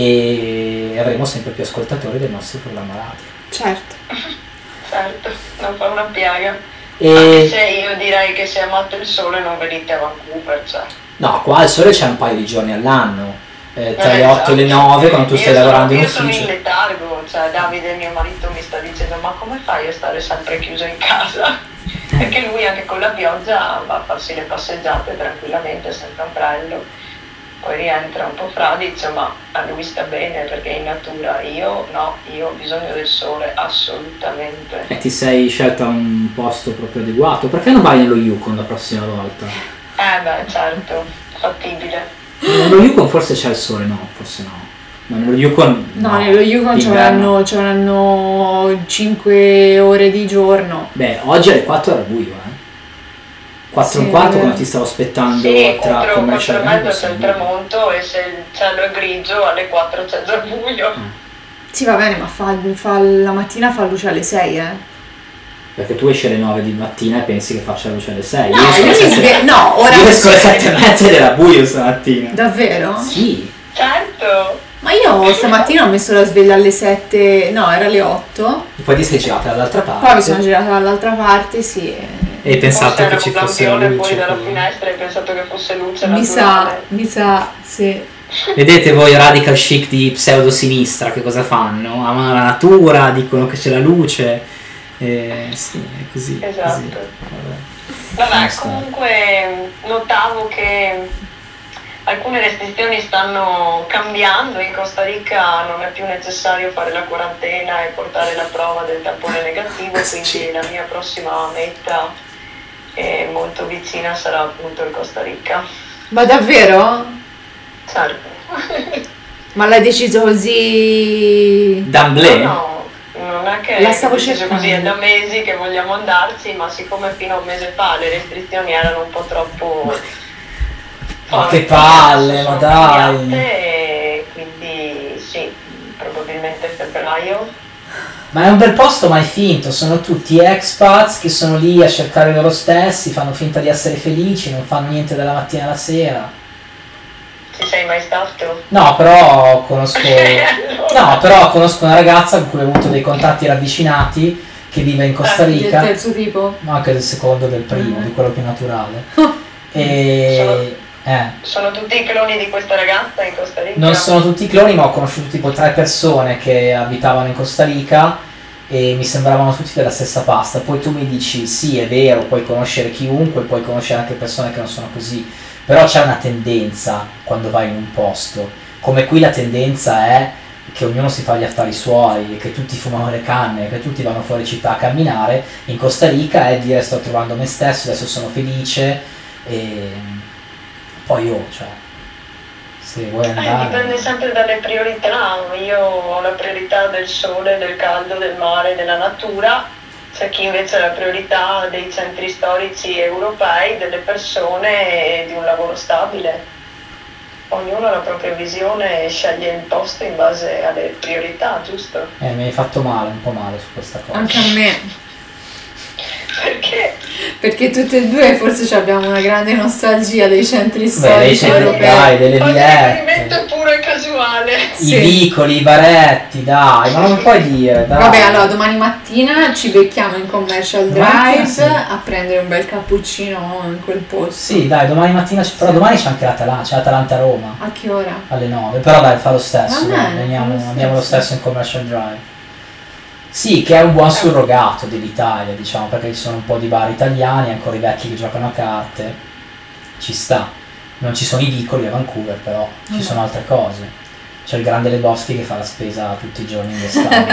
e avremo sempre più ascoltatori del nostro programma radio. Certo. Certo, non fa una piaga. Anche E se io direi che se amate il sole non venite a Vancouver, cioè. no, qua al sole c'è un paio di giorni all'anno, eh, tra Eh, le otto e le esatto. nove, quando tu Io stai sono- lavorando in Io sono in ufficio. letargo, cioè Davide, mio marito, mi sta dicendo ma come fai a stare sempre chiuso in casa? Perché lui anche con la pioggia va a farsi le passeggiate tranquillamente senza ombrello, poi rientra un po' fradicio, ma a lui sta bene perché è in natura. Io no, io ho bisogno del sole assolutamente. E ti sei scelta un posto proprio adeguato, perché non vai nello Yukon la prossima volta? Eh beh, certo, fattibile. Nello Yukon forse c'è il sole, no, forse no. Ma nello Yukon No, nello Yukon ci d'inverno. avranno, ci avranno cinque ore di giorno. Beh, oggi alle quattro era buio, eh. quattro e un Sì, quarto eh. quando ti stavo aspettando Sì, tra quattro, commercial quattro e Campus, mezza c'è il buio. tramonto e se il cielo è grigio alle quattro c'è già buio. Sì, va bene, ma fa, fa- la mattina fa luce alle sei, eh. Perché tu esci alle nove di mattina e pensi che faccia luce alle sei. No, esco io alle mi sette- sve- no, ora io esco alle sette e mezza ed era buio stamattina. Davvero? Sì. Certo, Ma io stamattina ho messo la sveglia alle sette, no, era alle otto. E poi ti sei girata dall'altra parte. Poi mi sono girata dall'altra parte, sì. e- E hai pensato forse che era ci un fosse la lampione luce. fuori dalla fuori. finestra e hai pensato che fosse luce Mi sa, naturale. mi sa, sì. Vedete voi radical chic di pseudo-sinistra che cosa fanno? Amano la natura, dicono che c'è la luce. Eh, sì, è così. è Esatto. così. Vabbè. Vabbè, Basta. comunque notavo che alcune restrizioni stanno cambiando. In Costa Rica non è più necessario fare la quarantena e portare la prova del tampone negativo, quindi la mia prossima meta è molto vicina, sarà appunto il Costa Rica. Ma davvero? Certo. Ma l'hai deciso così? D'amblè? No, no, non è che La stavo è deciso cercando. così, è da mesi che vogliamo andarci, ma siccome fino a un mese fa le restrizioni erano un po' troppo Ma forti, che palle, sono ma dai. cambiate e quindi sì, probabilmente febbraio. Ma è un bel posto mai finto, sono tutti expats che sono lì a cercare loro stessi, fanno finta di essere felici, non fanno niente dalla mattina alla sera. Ci sei mai stato? No, però conosco. No, però conosco una ragazza con cui ho avuto dei contatti ravvicinati che vive in Costa Del Rica, terzo tipo? ma anche del secondo, del primo, Mm. di quello più naturale. E eh, Sono tutti i cloni di questa ragazza in Costa Rica? non sono tutti cloni, ma ho conosciuto tipo tre persone che abitavano in Costa Rica e mi sembravano tutti della stessa pasta. Poi tu mi dici sì, è vero, puoi conoscere chiunque, puoi conoscere anche persone che non sono così, però c'è una tendenza quando vai in un posto, come qui la tendenza è che ognuno si fa gli affari suoi, che tutti fumano le canne, che tutti vanno fuori città a camminare. In Costa Rica è dire sto trovando me stesso, adesso sono felice e poi oh, cioè, se vuoi Eh, andare... dipende sempre dalle priorità. Io ho la priorità del sole, del caldo, del mare, della natura. C'è chi invece ha la priorità dei centri storici europei, delle persone e di un lavoro stabile. Ognuno ha la propria visione e sceglie il posto in base alle priorità, giusto? Eh, mi hai fatto male, un po' male su questa cosa. Anche a me. Perché? Perché tutte e due forse abbiamo una grande nostalgia dei centri Beh, dei storici centri, europei. dai, delle Ogni villette. riferimento è puro e casuale. Sì. I vicoli, i baretti, dai, ma non lo puoi dire, dai. Vabbè, allora domani mattina ci becchiamo in Commercial Domani Drive mattina, sì. a prendere un bel cappuccino in quel posto. Sì, dai, domani mattina, c- però domani c'è anche l'Atalanta, c'è l'Atalanta-Roma A che ora? alle nove, però dai, fa lo stesso, Va dai, bene, veniamo- fa lo andiamo lo stesso. stesso in Commercial Drive. Sì, che è un buon surrogato dell'Italia, diciamo, perché ci sono un po' di bar italiani, ancora i vecchi che giocano a carte, ci sta. Non ci sono i vicoli a Vancouver, però ci Mm. sono altre cose. C'è il grande Lebowski che fa la spesa tutti i giorni in estate.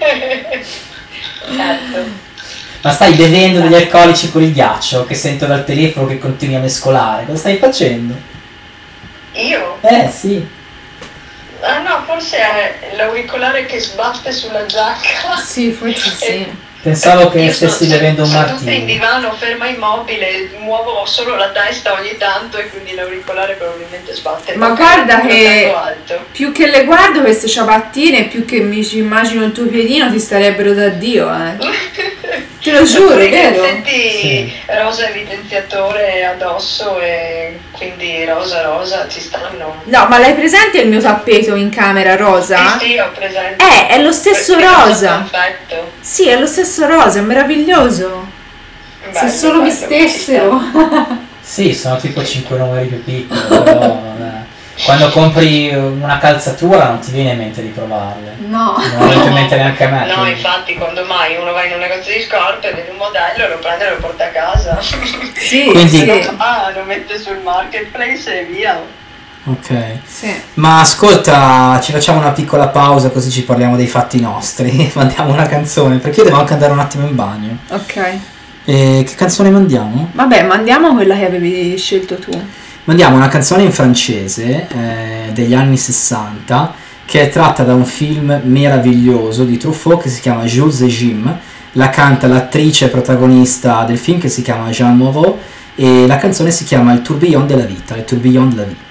Certo. Ma stai bevendo degli alcolici con il ghiaccio che sento dal telefono che continui a mescolare? Cosa stai facendo? Io? Eh sì. Ah no, forse è l'auricolare che sbatte sulla giacca. Sì, forse sì. Pensavo che Io stessi sono- bevendo un sono tutta in martini. divano, ferma immobile, muovo solo la testa ogni tanto e quindi l'auricolare probabilmente sbatte. Ma Ok, guarda lo che tengo alto. più che le guardo queste ciabattine, più che mi ci immagino il tuo piedino, ti starebbero da Dio, eh. Te lo giuro, Poi vero? Senti, Sì. rosa evidenziatore addosso e quindi rosa rosa ci stanno. No, ma l'hai presente il mio tappeto in camera rosa? Sì, sì, ho presente. Eh, è lo stesso Perché rosa rosa. Perfetto. Sì, è lo stesso rosa, è meraviglioso. Se Bello, solo mi bello, ci stessero. Sì, sono tipo cinque numeri più piccoli, però vabbè. Quando compri una calzatura non ti viene in mente di provarle. No. Non mi viene in mente neanche a me. No, quindi- infatti, quando mai uno va in un negozio di scarpe, vede un modello, lo prende e lo porta a casa. Sì, Quindi- sì. Ah, lo mette sul marketplace e via. Ok. Sì. Ma ascolta, ci facciamo una piccola pausa così ci parliamo dei fatti nostri. Mandiamo una canzone, perché io devo anche andare un attimo in bagno. Ok. E che canzone mandiamo? Vabbè, mandiamo quella che avevi scelto tu. Mandiamo una canzone in francese eh, degli anni sessanta che è tratta da un film meraviglioso di Truffaut che si chiama Jules et Jim. La canta l'attrice protagonista del film che si chiama Jean Moreau e la canzone si chiama Il tourbillon de la vita, Il tourbillon de la vie.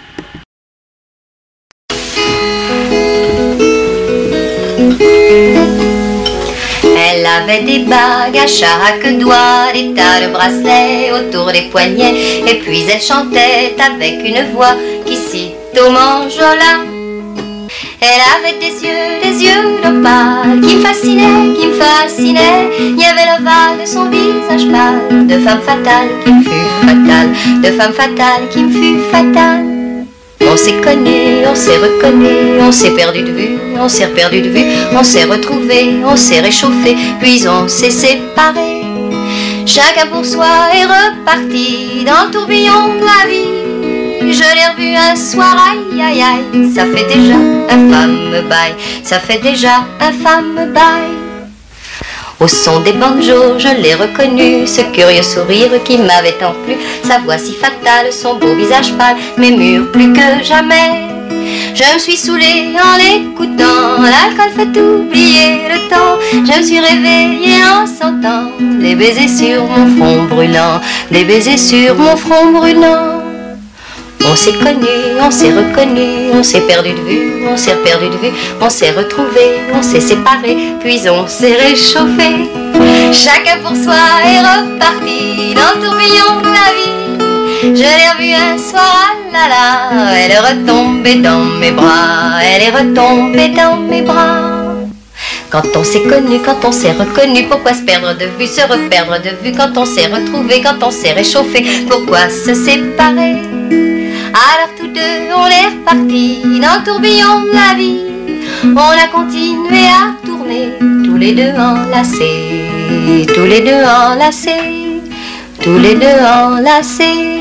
Elle avait des bagues à chaque doigt, des tas de bracelets autour des poignets, et puis elle chantait avec une voix qui cite au manjola. Elle avait des yeux, des yeux d'opale qui me fascinaient, qui me fascinaient. Il y avait l'ovale de son visage pâle, de femme fatale qui me fut fatale, de femme fatale qui me fut fatale. On s'est connus, on s'est reconnus, on s'est perdu de vue, on s'est perdu de vue, on s'est retrouvés, on s'est réchauffé, puis on s'est séparés. Chacun pour soi est reparti dans le tourbillon de la vie. Je l'ai revu un soir, aïe aïe aïe, ça fait déjà un fameux bail, ça fait déjà un fameux bail. Au son des banjos, je l'ai reconnu, ce curieux sourire qui m'avait tant plu, sa voix si fatale, son beau visage pâle, m'émure plus que jamais. Je me suis saoulée en l'écoutant, l'alcool fait oublier le temps. Je me suis réveillée en sentant des baisers sur mon front brûlant, des baisers sur mon front brûlant. On s'est connus, on s'est reconnus, on s'est perdu de vue, on s'est perdu de vue, on s'est retrouvés, on s'est séparés, puis on s'est réchauffé. Chacun pour soi est reparti dans le tourbillon de la vie. Je l'ai revue un soir, ah là là, elle est retombée dans mes bras, elle est retombée dans mes bras. Quand on s'est connu, quand on s'est reconnu, pourquoi se perdre de vue, se reperdre de vue, quand on s'est retrouvé, quand on s'est réchauffé, pourquoi se séparer? Alors tous deux on est repartis dans le tourbillon de la vie. On a continué à tourner, tous les deux enlacés, tous les deux enlacés, tous les deux enlacés.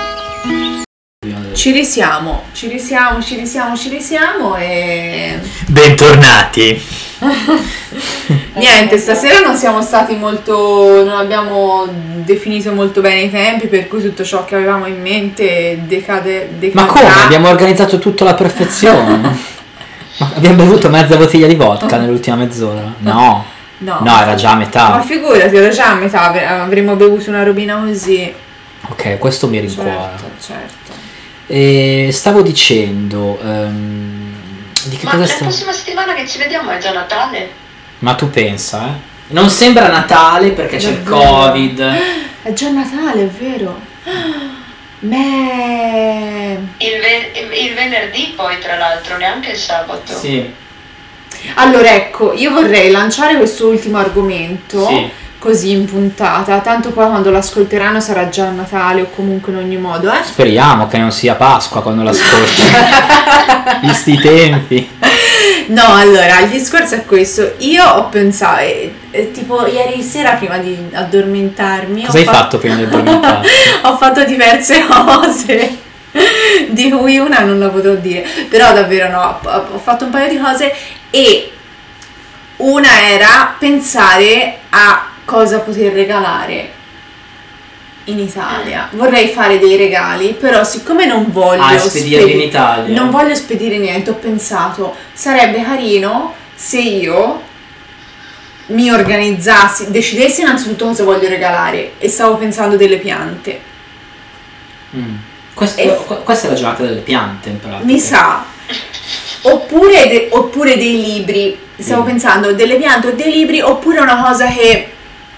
Ci risiamo, ci risiamo, ci risiamo, ci risiamo e... Bentornati. Niente, stasera non siamo stati molto, non abbiamo definito molto bene i tempi, per cui tutto ciò che avevamo in mente decade, decadrà. Ma come? Abbiamo organizzato tutto alla perfezione. Ma abbiamo bevuto mezza bottiglia di vodka nell'ultima mezz'ora? No. No, No, era già a Ma metà. figurati, era già a metà, avre- avremmo bevuto una robina così. Ok, questo mi rincuora. Certo, certo. E stavo dicendo... ehm, di che Ma cosa la sta... prossima settimana che ci vediamo è già Natale? Ma tu pensa, eh? Non sembra Natale perché c'è il Davvero? Covid. È già Natale, è vero. Me... Il ve- il, il venerdì poi, tra l'altro, neanche il sabato. Sì. Allora ecco, io vorrei lanciare questo ultimo argomento, Sì. così in puntata, tanto poi quando l'ascolteranno sarà già Natale o comunque in ogni modo, eh? Speriamo che non sia Pasqua quando l'ascolti. Visti i tempi. No, allora, il discorso è questo. Io ho pensato, eh, eh, tipo ieri sera prima di addormentarmi... Cosa ho hai fatto prima di addormentarti? Ho fatto diverse cose, di cui una non la potrò dire, però davvero no, ho ho fatto un paio di cose e una era pensare a cosa poter regalare in Italia. Vorrei fare dei regali, però siccome non voglio Ah, spedirli spedi- in Italia. non voglio spedire niente, ho pensato sarebbe carino se io mi organizzassi, decidessi innanzitutto cosa voglio regalare e stavo pensando delle piante. Mm. Questo- E- qu- questa è la giornata delle piante in pratica. Mi sa. Oppure, de- oppure dei libri. Stavo Mm. pensando delle piante o dei libri, oppure una cosa che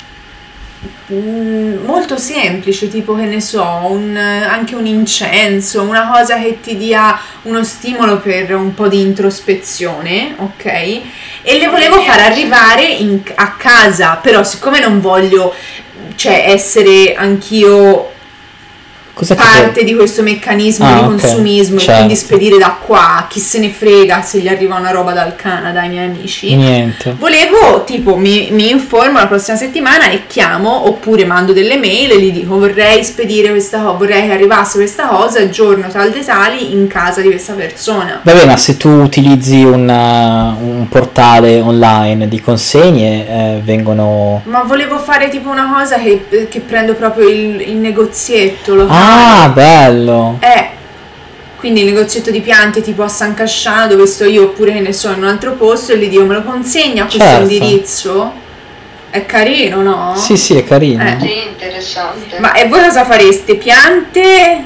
mm, molto semplice, tipo che ne so, un, anche un incenso, una cosa che ti dia uno stimolo per un po' di introspezione, ok? E le volevo far arrivare in- a casa, però siccome non voglio, cioè, essere anch'io Cosa che parte di questo meccanismo Ah, di ok, consumismo e certo. quindi spedire da qua, chi se ne frega se gli arriva una roba dal Canada ai miei amici. Niente. Volevo, tipo, mi, mi informo la prossima settimana e chiamo oppure mando delle mail e gli dico vorrei spedire questa cosa, vorrei che arrivasse questa cosa giorno tal dei tali in casa di questa persona. Vabbè, ma se tu utilizzi un, uh, un portale online di consegne, eh, vengono... Ma volevo fare tipo una cosa che, che prendo proprio il, il negozietto locale. Ah, bello! Eh, quindi il negozietto di piante tipo a San Casciano dove sto io oppure che ne so in un altro posto e gli dico me lo consegna a questo Certo. indirizzo? È carino, no? Sì, sì, è carino. Eh. Sì, interessante. Ma e voi cosa fareste? Piante?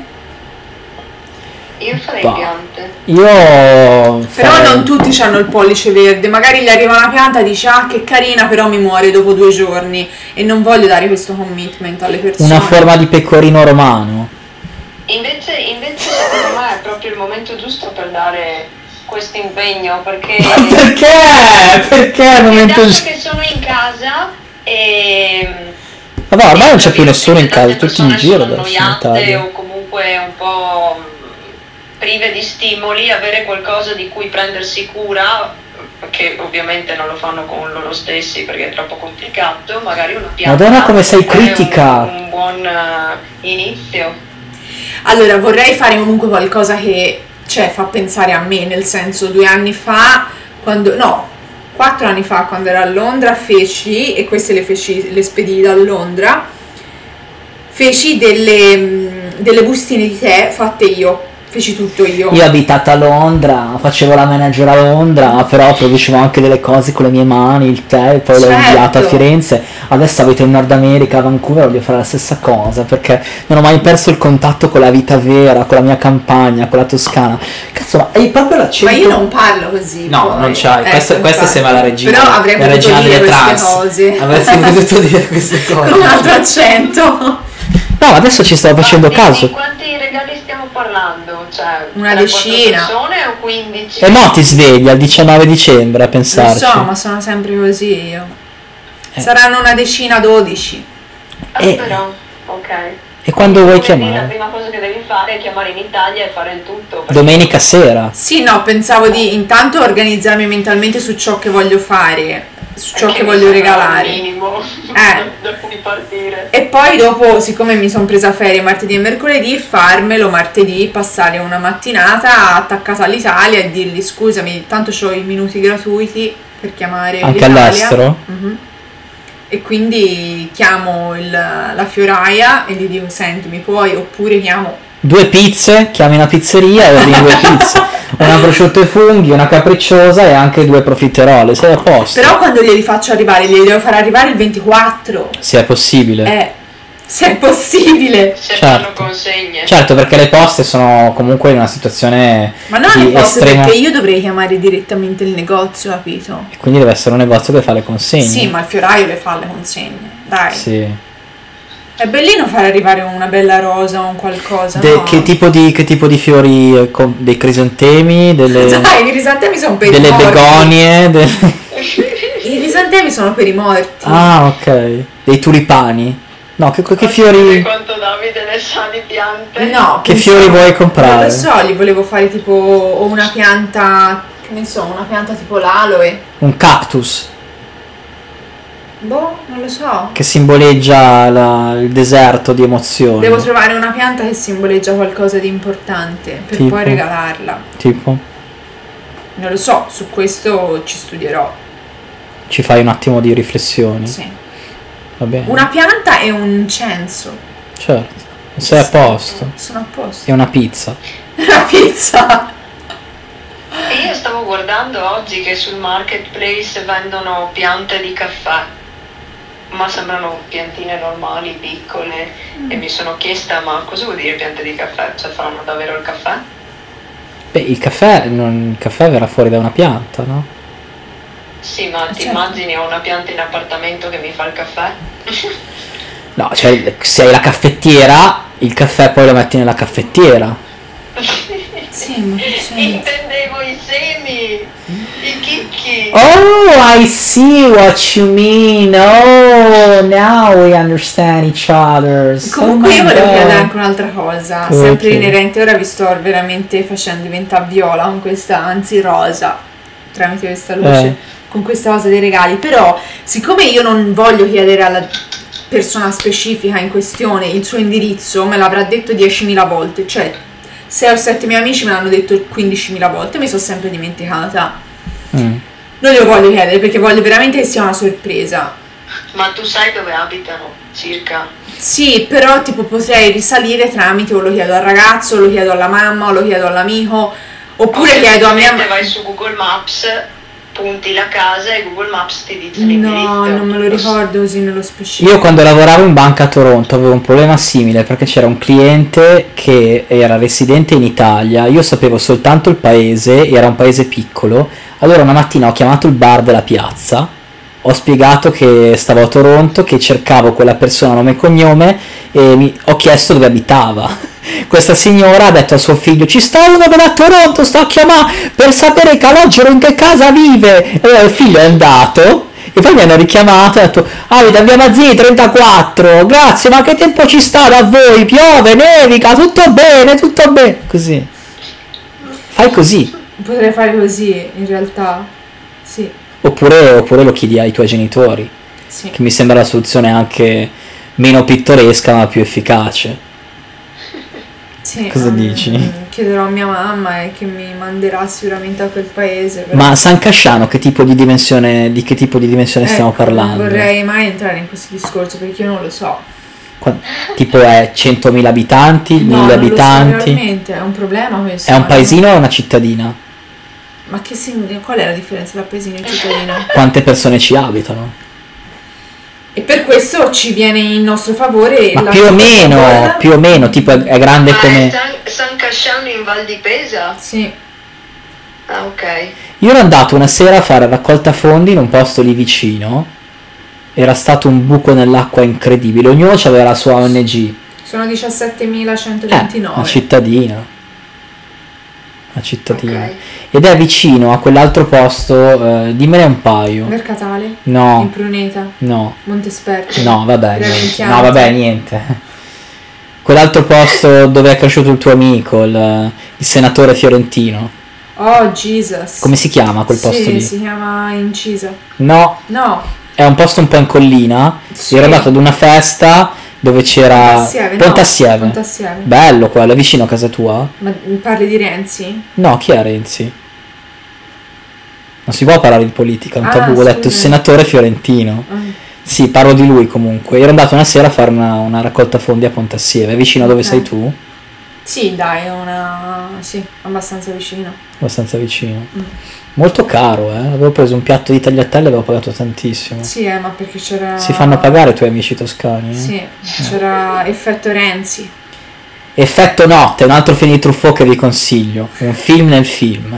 Io farei Bah. piante. Io... Però farei non tutti hanno il pollice verde, magari gli arriva una pianta e dice ah che carina però mi muore dopo due giorni e non voglio dare questo commitment alle persone. una forma di pecorino romano. Invece, invece secondo me è proprio il momento giusto per dare questo impegno, perché, Perché? Perché al perché momento... adesso che sono in casa e Vabbè, ormai non c'è più e nessuno in casa, tante tutti in persone giro sono adesso in annoiate Italia. o comunque un po' prive di stimoli, avere qualcosa di cui prendersi cura, che ovviamente non lo fanno con loro stessi perché è troppo complicato, magari una pianta Madonna, come sei è critica! un, un buon eh, inizio. Allora, vorrei fare comunque qualcosa che, cioè, fa pensare a me, nel senso, due anni fa, quando, no, quattro anni fa, quando ero a Londra, feci, e queste le feci, le spedii da Londra, feci delle, mh, delle bustine di tè fatte io, feci tutto io. Io ho abitato a Londra, facevo la manager a Londra, però producevo anche delle cose con le mie mani, il tè, poi l'ho Certo. inviato a Firenze. Adesso abito in Nord America, a Vancouver, voglio fare la stessa cosa, perché non ho mai perso il contatto con la vita vera, con la mia campagna, con la Toscana. Cazzo, ma hai proprio l'accento... Ma io non parlo così. No, poi. non c'hai. Ecco, Questa, questa infatti. sembra la regina. Però avrei la potuto regina dire delle queste trans. cose. Avresti potuto dire queste cose. Con un altro accento. No, adesso ci stavo facendo Ma di- caso. Di quanti regali stiamo parlando? Cioè, Una tre, quattro decina. persone o quindici? E mo ti svegli al diciannove dicembre a Lo pensarci. so, ma sono sempre così io. Eh. Saranno una decina, dodici. Ah, E- però, ok. E quando vuoi Quindi La chiamare? prima cosa che devi fare è chiamare in Italia e fare il tutto. perché- Domenica sera. Sì, no, pensavo di intanto organizzarmi mentalmente su ciò che voglio fare, su ciò perché che mi voglio sembra regalare. il minimo Eh. da cui partire. E poi dopo, siccome mi sono presa ferie martedì e mercoledì, farmelo martedì, passare una mattinata attaccata all'Italia e dirgli scusami, tanto ho i minuti gratuiti per chiamare Anche l'Italia. all'estero? Mhm. E quindi chiamo il- la fioraia e gli dico senti mi puoi, oppure chiamo Due pizze, chiami una pizzeria e ordini due pizze. Una prosciutto e funghi, una capricciosa e anche due profiterole. Sei a posto. però quando glieli faccio arrivare, glieli devo far arrivare il ventiquattro, Se è possibile. eh, se è possibile. Se Certo. fanno consegne. Certo, perché le poste sono comunque in una situazione Ma non di le posso estrema... perché io dovrei chiamare direttamente il negozio, capito? E quindi deve essere un negozio che fa le consegne. Sì, ma il fioraio le fa le consegne, dai. Sì. È bellino far arrivare una bella rosa o un qualcosa, De- no? che, tipo di, che tipo di fiori? eh, com- dei crisantemi? Delle, Sai, i crisantemi sono per i delle morti. begonie? de- I crisantemi sono per i morti. ah, ok. Dei tulipani? No, che, che Sai fiori... quanto Davide ne sa di piante? No, Che pensavo- fiori vuoi comprare? Non lo so, gli volevo fare tipo o una pianta, che ne so, una pianta tipo l'aloe. Un cactus Boh, non lo so. che simboleggia la- il deserto di emozioni. Devo trovare una pianta che simboleggia qualcosa di importante per Tipo? poi regalarla. Tipo, Non lo so, su questo ci studierò. ci fai un attimo di riflessioni. Sì. Va bene. Una pianta e un incenso. Certo. Sei a posto. Sono a posto. E una pizza. Una pizza. E io stavo guardando oggi che sul marketplace vendono piante di caffè, ma sembrano piantine normali, piccole, e mi sono chiesta ma cosa vuol dire piante di caffè? Cioè faranno davvero il caffè? Beh, il caffè, non, il caffè verrà fuori da una pianta, no? Sì, ma ti certo. immagini ho una pianta in appartamento che mi fa il caffè? No, cioè se hai la caffettiera, il caffè poi lo metti nella caffettiera. Sì, ma che c'è? Intendevo i semi, i chicchi. Oh, I see what you mean. Oh, now we understand each other. So Comunque io my volevo God. chiedere anche un'altra cosa, Ok. sempre inerente, ora vi sto veramente facendo diventare viola con questa, anzi rosa, tramite questa luce, Eh. con questa cosa dei regali, però siccome io non voglio chiedere alla persona specifica in questione il suo indirizzo, me l'avrà detto diecimila volte, cioè sei o sette miei amici me l'hanno detto quindicimila volte, mi sono sempre dimenticata. Mm. Non glielo voglio chiedere perché voglio veramente che sia una sorpresa. Ma tu sai dove abitano circa? Sì, però tipo potrei risalire tramite o lo chiedo al ragazzo, o lo chiedo alla mamma, o lo chiedo all'amico, oppure O chiedo a mia semplicemente mamma. vai su Google Maps, punti la casa e Google Maps ti dice No, l'indirizzo. non me lo ricordo così nello specifico. Io quando lavoravo in banca a Toronto avevo un problema simile perché c'era un cliente che era residente in Italia, io sapevo soltanto il paese, era un paese piccolo, allora una mattina ho chiamato il bar della piazza, ho spiegato che stavo a Toronto, che cercavo quella persona nome e cognome e mi, ho chiesto dove abitava. Questa signora ha detto a suo figlio: ci sta uno che da Toronto, sto a chiamare per sapere Calogero in che casa vive. E allora il figlio è andato e poi mi hanno richiamato e ha detto: ah, da via Mazzini trentaquattro, grazie, ma che tempo ci sta da voi? Piove, nevica, tutto bene, tutto bene. Così. Fai così. Potrei fare così, in realtà. Sì, Oppure, oppure lo chiedi ai tuoi genitori, sì. che mi sembra la soluzione anche meno pittoresca ma più efficace. Sì, Cosa mm, dici? Chiederò a mia mamma e che mi manderà sicuramente a quel paese. però- Ma San Casciano che tipo di dimensione, di che tipo di dimensione stiamo Ecco, parlando? Non vorrei mai entrare in questo discorso perché io non lo so. Qua- tipo è centomila abitanti, No, mille non lo so abitanti? realmente, è un problema questo. È un ma paesino o una cittadina? non- Ma che significa? Qual è la differenza tra paesino e cittadino? Quante persone ci abitano? E per questo ci viene in nostro favore Ma la più o meno, Coca-Cola. più o meno, tipo è, è grande Ma è come... San, San Casciano in Val di Pesa? Sì. Ah, ok. Io ero andato una sera a fare raccolta fondi in un posto lì vicino, era stato un buco nell'acqua incredibile, ognuno aveva la sua O N G. Sono Eh, diciassettemilacentoventinove. una cittadina. Una cittadina. Ok. Ed è vicino a quell'altro posto, eh, dimmene un paio. Mercatale. In No, Pruneta. no, Montesperti. no, vabbè, Pieve niente. Impianti. No, vabbè, niente. Quell'altro posto dove è cresciuto il tuo amico, il, il senatore fiorentino. Oh, Jesus. Come si chiama quel posto sì, lì? si chiama Incisa. No, No. è un posto un po' in collina. Sì. Ero andato ad una festa dove c'era Pontassieve, no, Pontassieve. Pontassieve. Bello quello, è vicino a casa tua? Ma parli di Renzi? No, chi è Renzi? Non si può parlare di politica, un Ah, tabù, ho detto il scusa. senatore fiorentino. Ah. Sì, parlo di lui comunque. Ero andato una sera a fare una, una raccolta fondi a Pontassieve, è vicino a dove Ok. sei tu? Sì, dai, è una... sì, abbastanza vicino. Abbastanza vicino. Mm. Molto caro, eh. Avevo preso un piatto di tagliatelle e avevo pagato tantissimo. Sì, eh, ma perché c'era... Si fanno pagare i tuoi amici toscani, eh? Sì, c'era effetto Renzi. Effetto notte, un altro film di Truffaut che vi consiglio. Un film nel film.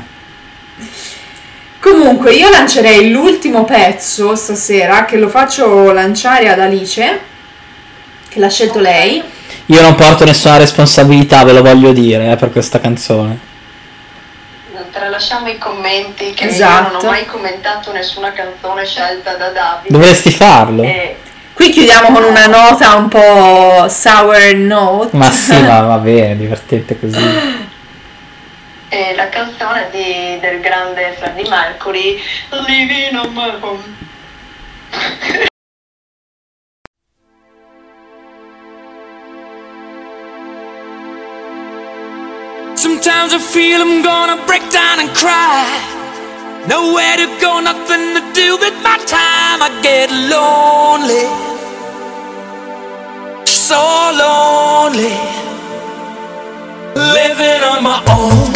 Comunque, io lancerei l'ultimo pezzo stasera, che lo faccio lanciare ad Alice, che l'ha scelto lei. Io non porto nessuna responsabilità, ve lo voglio dire, eh, per questa canzone. Tralasciamo i commenti, che io Esatto. non ho mai commentato nessuna canzone scelta da Davide. Dovresti farlo. E Qui chiudiamo con una nota un po' sour note. Ma sì, ma va bene, divertente così. e la canzone di, del grande Freddie Mercury, Living on My Home. Sometimes I feel I'm gonna break down and cry. Nowhere to go, nothing to do with my time. I get lonely, so lonely, living on my own.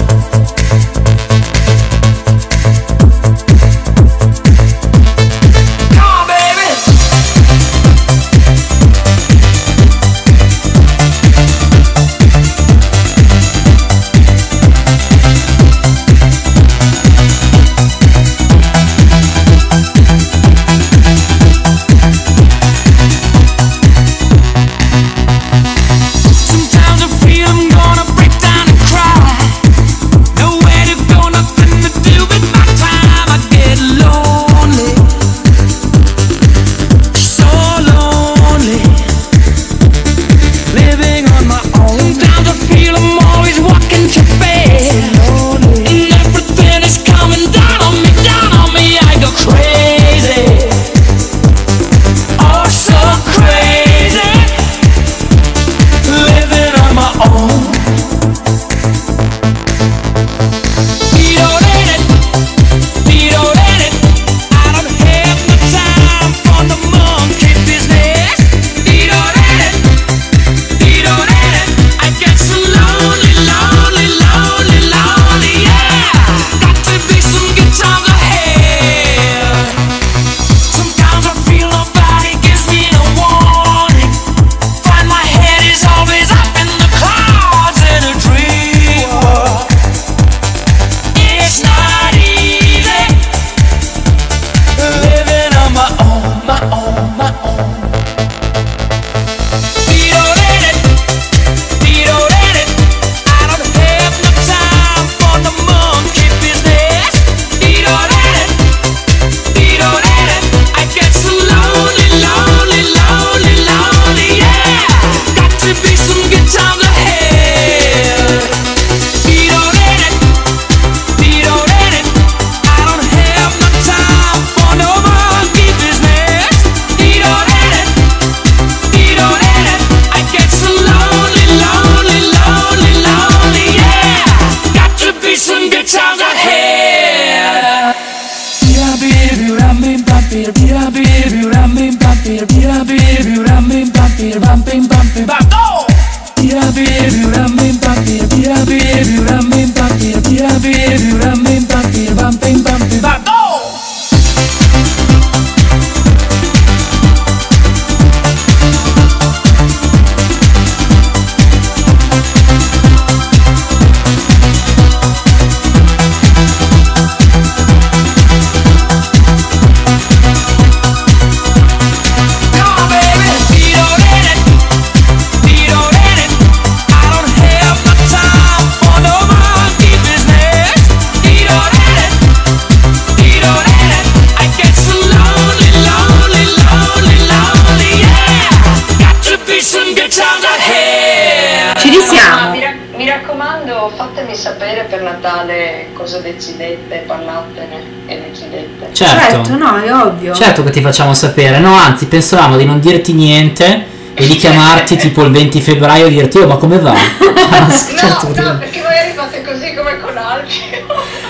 Cosa decidete, parlatene e decidete. Certo, Certo, no, è ovvio. certo che ti facciamo sapere. No, anzi, pensavamo di non dirti niente e di chiamarti tipo il venti febbraio e dirti oh ma come va? No, Certo che ti- no, perché magari fate così come con Alfio.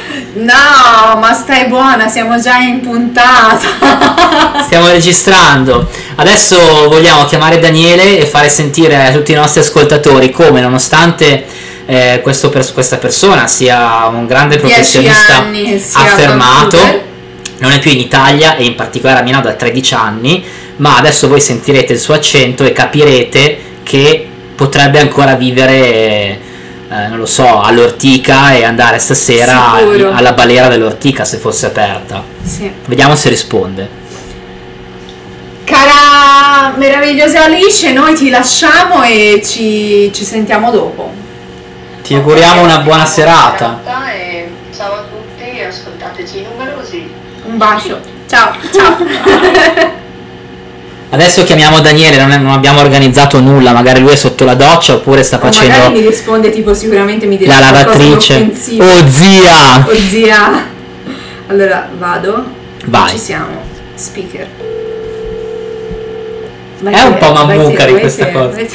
No, ma stai buona, siamo già in puntata. Stiamo registrando. Adesso vogliamo chiamare Daniele e fare sentire a tutti i nostri ascoltatori come, nonostante eh, questo pers- questa persona sia un grande Dieci professionista anni, sia affermato, Vancouver. non è più in Italia e in particolare a Milano da tredici anni, ma adesso voi sentirete il suo accento e capirete che potrebbe ancora vivere, eh, non lo so, all'Ortica e andare stasera Sicuro. alla balera dell'Ortica se fosse aperta. Sì. Vediamo se risponde. Cara nostra meravigliosa Alice, noi ti lasciamo e ci, ci sentiamo dopo. Ti auguriamo una buona serata. E ciao a tutti e ascoltateci numerosi. Un bacio. Ciao, ciao. Adesso chiamiamo Daniele, non, è- non abbiamo organizzato nulla, magari lui è sotto la doccia oppure sta O magari mi facendo risponde tipo sicuramente mi dirà la qualcosa di lavatrice. offensivo. Oh zia! Oh zia. Allora vado. Vai. Ci siamo. Speaker. Vai È te, un po' vai te, mammucari vai questa te, cosa. vai te.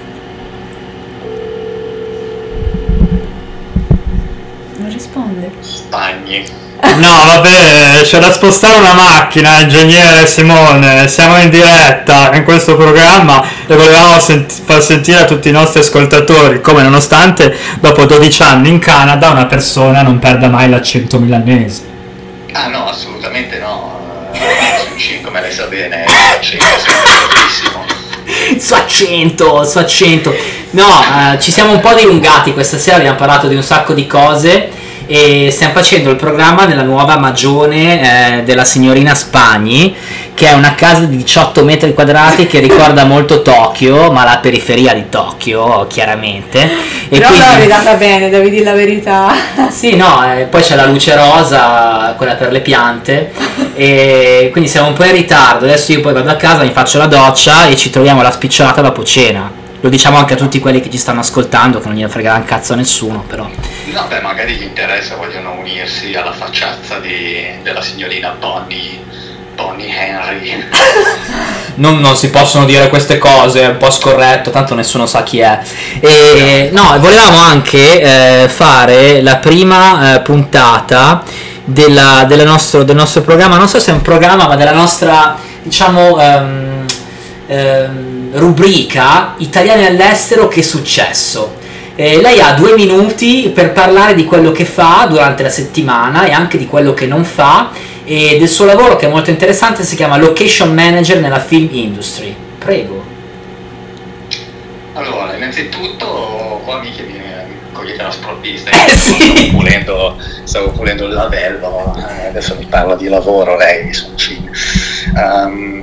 Non risponde. Spagni. No, vabbè, c'è da spostare una macchina, ingegnere Simone. Siamo in diretta in questo programma e volevamo sent- far sentire a tutti i nostri ascoltatori come, nonostante dopo dodici anni in Canada, una persona non perda mai l'accento milanese. Ah no, assolutamente no. Sono cinque, come lei sa bene, l'accento è bellissimo. Il suo accento, il suo accento. No, eh, ci siamo un po' dilungati questa sera, abbiamo parlato di un sacco di cose e stiamo facendo il programma nella nuova magione eh, della signorina Spagni, che è una casa di diciotto metri quadrati che ricorda molto Tokyo, ma la periferia di Tokyo, chiaramente. E Però quindi- l'ho redata bene, devi dire la verità. Sì, no, eh, poi c'è la luce rosa, quella per le piante, e quindi siamo un po' in ritardo. Adesso io poi vado a casa, mi faccio la doccia e ci troviamo alla spicciolata dopo cena. Lo diciamo anche a tutti quelli che ci stanno ascoltando, che non gliene fregherà un cazzo a nessuno, però. No, beh, magari gli interessa, vogliono unirsi alla facciazza di, della signorina Bonnie, Bonnie Henry. Non, non si possono dire queste cose, è un po' scorretto, tanto nessuno sa chi è. E, no, volevamo anche eh, fare la prima eh, puntata della, della nostro, del nostro programma, non so se è un programma, ma della nostra, diciamo, ehm, ehm, rubrica Italiani all'estero, che successo. Eh, lei ha due minuti per parlare di quello che fa durante la settimana e anche di quello che non fa e del suo lavoro, che è molto interessante, si chiama Location Manager nella film industry. Prego. Allora, innanzitutto, qua mi chiedi, mi cogliete la sprovvista. Eh, sì. Stavo pulendo, stavo pulendo il lavello, eh, adesso mi parla di lavoro, lei, sono fin. Um,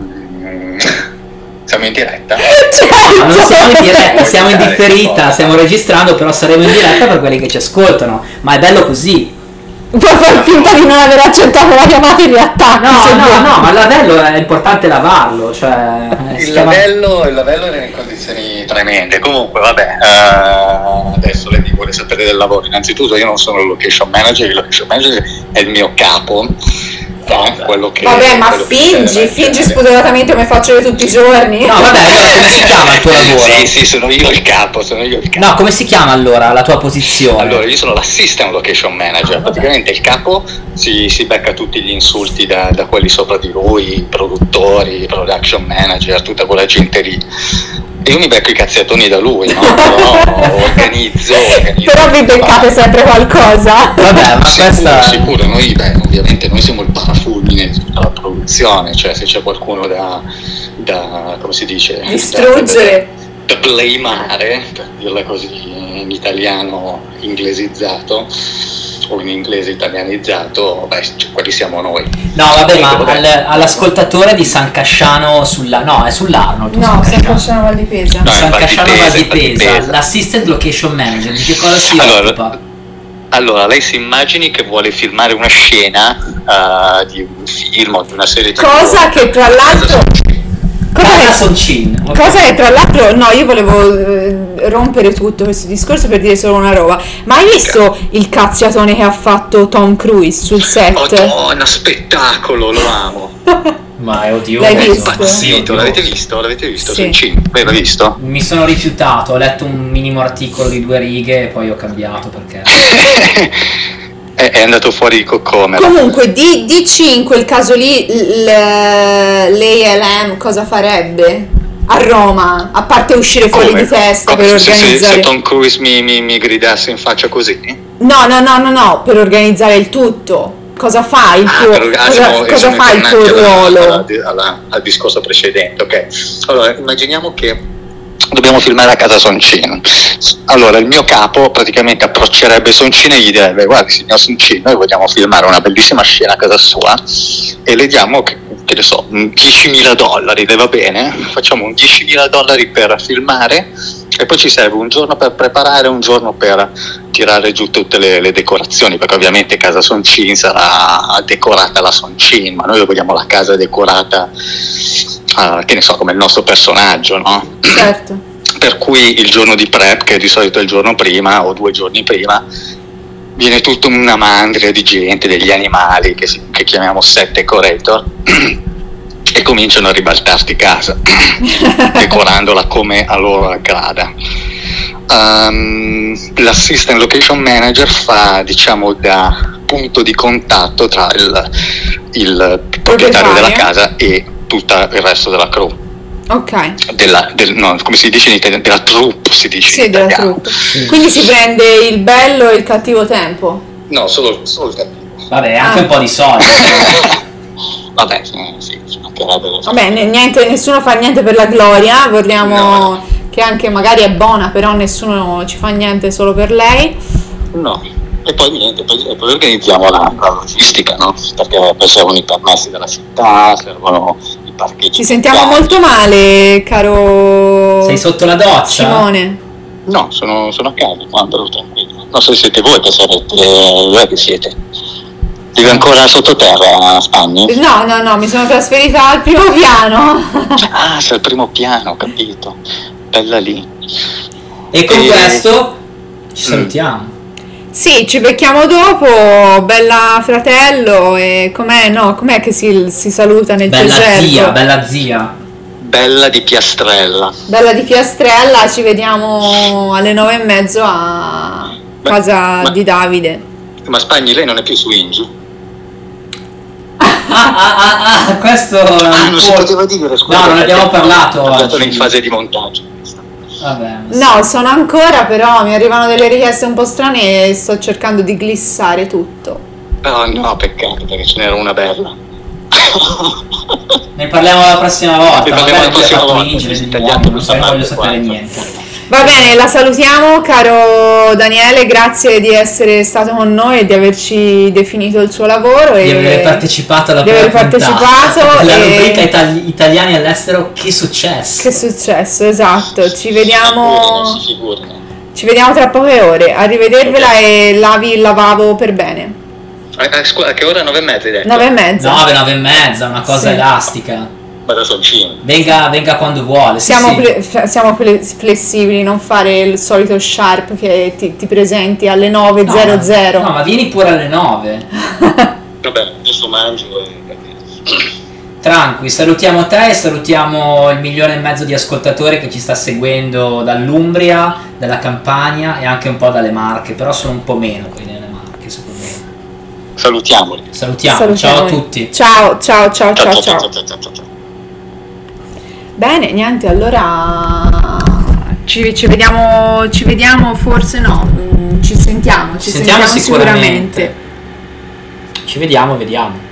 siamo in diretta? No, non siamo in diretta, siamo in differita, stiamo registrando, però saremo in diretta per quelli che ci ascoltano. Ma è bello così. Puoi far finta di non aver accettato la chiamata in realtà. No, no, no, ma il lavello è importante lavarlo, cioè... eh, si Il chiama- lavello, il lavello era in condizioni tremende. Comunque, vabbè, eh, adesso lei mi vuole sapere del lavoro. Innanzitutto, io non sono il location manager, il location manager è il mio capo. No, quello che, Vabbè, ma quello che fingi, serve. fingi spudoratamente come faccio io tutti i giorni. No, vabbè, allora come si chiama il tuo lavoro? Sì, sì, sono io il capo, sono io il capo. No, come si chiama allora la tua posizione? Allora, io sono l'assistant location manager, praticamente il capo si, si becca tutti gli insulti da, da quelli sopra di lui, produttori, production manager, tutta quella gente lì. E io mi becco i cazziatoni da lui, no? Però organizzo, organizzo. Però vi beccate sempre qualcosa. Vabbè, ma Sicuro, questa... sicuro, noi beh, ovviamente noi siamo il parafulmine di tutta la produzione, cioè se c'è qualcuno da, da come si dice? Distruggere. Da, da blamare, per dirla così in italiano inglesizzato o in inglese italianizzato, beh, cioè, quelli siamo noi. No, vabbè, ma Vabbè. al- all'ascoltatore di San Casciano sulla... No, è sull'Arnold. No, San Casciano Val di Pesa. No, San Val di Casciano Pesa, Val di Val di Pesa, Pesa. l'assistant location manager, di che cosa si Allora, occupa? Allora, lei si immagini che vuole filmare una scena uh, di un film o di una serie di Cosa che tra l'altro... Cosa Casa è? Soncin. ok. Cosa è tra l'altro, no, io volevo eh, rompere tutto questo discorso per dire solo una roba. Ma hai visto il cazziatone che ha fatto Tom Cruise sul set? Madonna, spettacolo, lo amo. Ma è odioso. L'hai È visto? impazzito, l'avete visto? L'avete visto? Sì. Sul cinema, lei l'ha visto? Mi sono rifiutato, ho letto un minimo articolo di due righe e poi ho cambiato perché... è, è andato fuori di coccomero. Comunque, di, dici in quel caso lì l- l'A L M cosa farebbe a Roma, a parte uscire fuori Come? di testa Come? per Se- se, se organizzare... Tom Cruise mi, mi, mi gridasse in faccia così? No, no, no, no, no, per organizzare il tutto. Cosa fa il Ah, tuo, però, ah, cosa, siamo- cosa siamo fa il tuo tornati alla- ruolo? alla- alla- al discorso precedente, ok? Allora, immaginiamo che dobbiamo filmare a casa Soncino. Allora, il mio capo praticamente approccerebbe Soncino e gli direbbe: guardi, signor Soncino, noi vogliamo filmare una bellissima scena a casa sua e le diamo che che ne so, diecimila dollari, va bene? Facciamo diecimila dollari per filmare e poi ci serve un giorno per preparare, un giorno per tirare giù tutte le, le decorazioni, perché ovviamente casa Soncin sarà decorata la Soncin, ma noi vogliamo la casa decorata, uh, che ne so, come il nostro personaggio, no? Certo. Per cui il giorno di prep, che di solito è il giorno prima o due giorni prima, viene tutta una mandria di gente, degli animali che, si, che chiamiamo set decorator e cominciano a ribaltarti casa decorandola come a loro aggrada. Um, l'assistant location manager fa, diciamo, da punto di contatto tra il, il proprietario della casa e tutto il resto della crew. Ok. Della, del, no, come si dice in italiano? Della troupe si dice. Sì, in della italiano. troupe. Quindi si prende il bello e il cattivo tempo. No, solo, solo il cattivo. Vabbè, anche Ah. un po' di soldi. Vabbè, sì, sì, ci mancherebbe. Vabbè, ne- niente, nessuno fa niente per la gloria, vogliamo No. che anche magari è buona, però nessuno ci fa niente solo per lei. No, e poi niente, poi, e poi organizziamo la, la logistica, no? Perché poi servono i permessi della città, servono i parcheggi. Ci sentiamo molto male, caro Sei sotto la doccia? Simone. No, sono, sono a casa, quando tranquillo. Non so se siete voi che sarete, dove che siete? Vive ancora sottoterra a Spagna? No, no, no, mi sono trasferita al primo piano. Ah, sei al primo piano, ho capito. Bella lì. E con E- questo ci salutiamo. Sì, ci becchiamo dopo, bella fratello, e com'è, no, com'è che si, si saluta nel tuo Bella gergo? zia, bella zia. Bella di Piastrella. Bella di Piastrella, ci vediamo alle nove e mezzo a Beh, casa ma- di Davide. Ma Spagni, lei non è più su Ingi? Ah, ah, ah, ah, questo è un Ah, non si po'- poteva dire, scusa. No, non abbiamo parlato Abbiamo oggi. in fase di montaggio. Vabbè, ma sì. No, sono ancora, però mi arrivano delle richieste un po' strane e sto cercando di glissare tutto. Oh no, peccato, perché ce n'era una bella. Ne parliamo la prossima volta. Ne parliamo magari la prossima tu hai fatto volta, Inge, sì, vediamo, tagliate non so, non questa voglio parte sapere qua. niente. Va bene, la salutiamo, caro Daniele, grazie di essere stato con noi e di averci definito il suo lavoro. Di e aver partecipato alla di aver prima puntata. partecipato La e- rubrica Itali- Italiani all'estero, che successo? Che è successo, esatto. Ci vediamo, Non si figurino. ci vediamo tra poche ore. Arrivedervela e lavi il lavabo per bene. Eh, eh, scusa, che ora? Nove e mezza hai detto? Nove e mezza. nove, nove e mezza, una cosa Sì. elastica. Ma da Soncino. Venga, venga quando vuole. sì, Siamo, sì. ple- f- siamo ple- flessibili, non fare il solito sharp che ti, ti presenti alle nove e zero zero. No, ma vieni pure alle nove. Vabbè, adesso mangio e... Tranqui, salutiamo te e salutiamo il milione e mezzo di ascoltatori che ci sta seguendo dall'Umbria, dalla Campania e anche un po' dalle Marche, però sono un po' meno quelli delle Marche, secondo me. Salutiamoli. Salutiamo, Salutiamo. ciao a tutti. Ciao, ciao, ciao, ciao, ciao. ciao, ciao, ciao, ciao. Bene, niente, allora ci, ci vediamo, ci vediamo forse no, mm, ci sentiamo, ci Ci sentiamo sentiamo sicuramente. Ci vediamo, vediamo.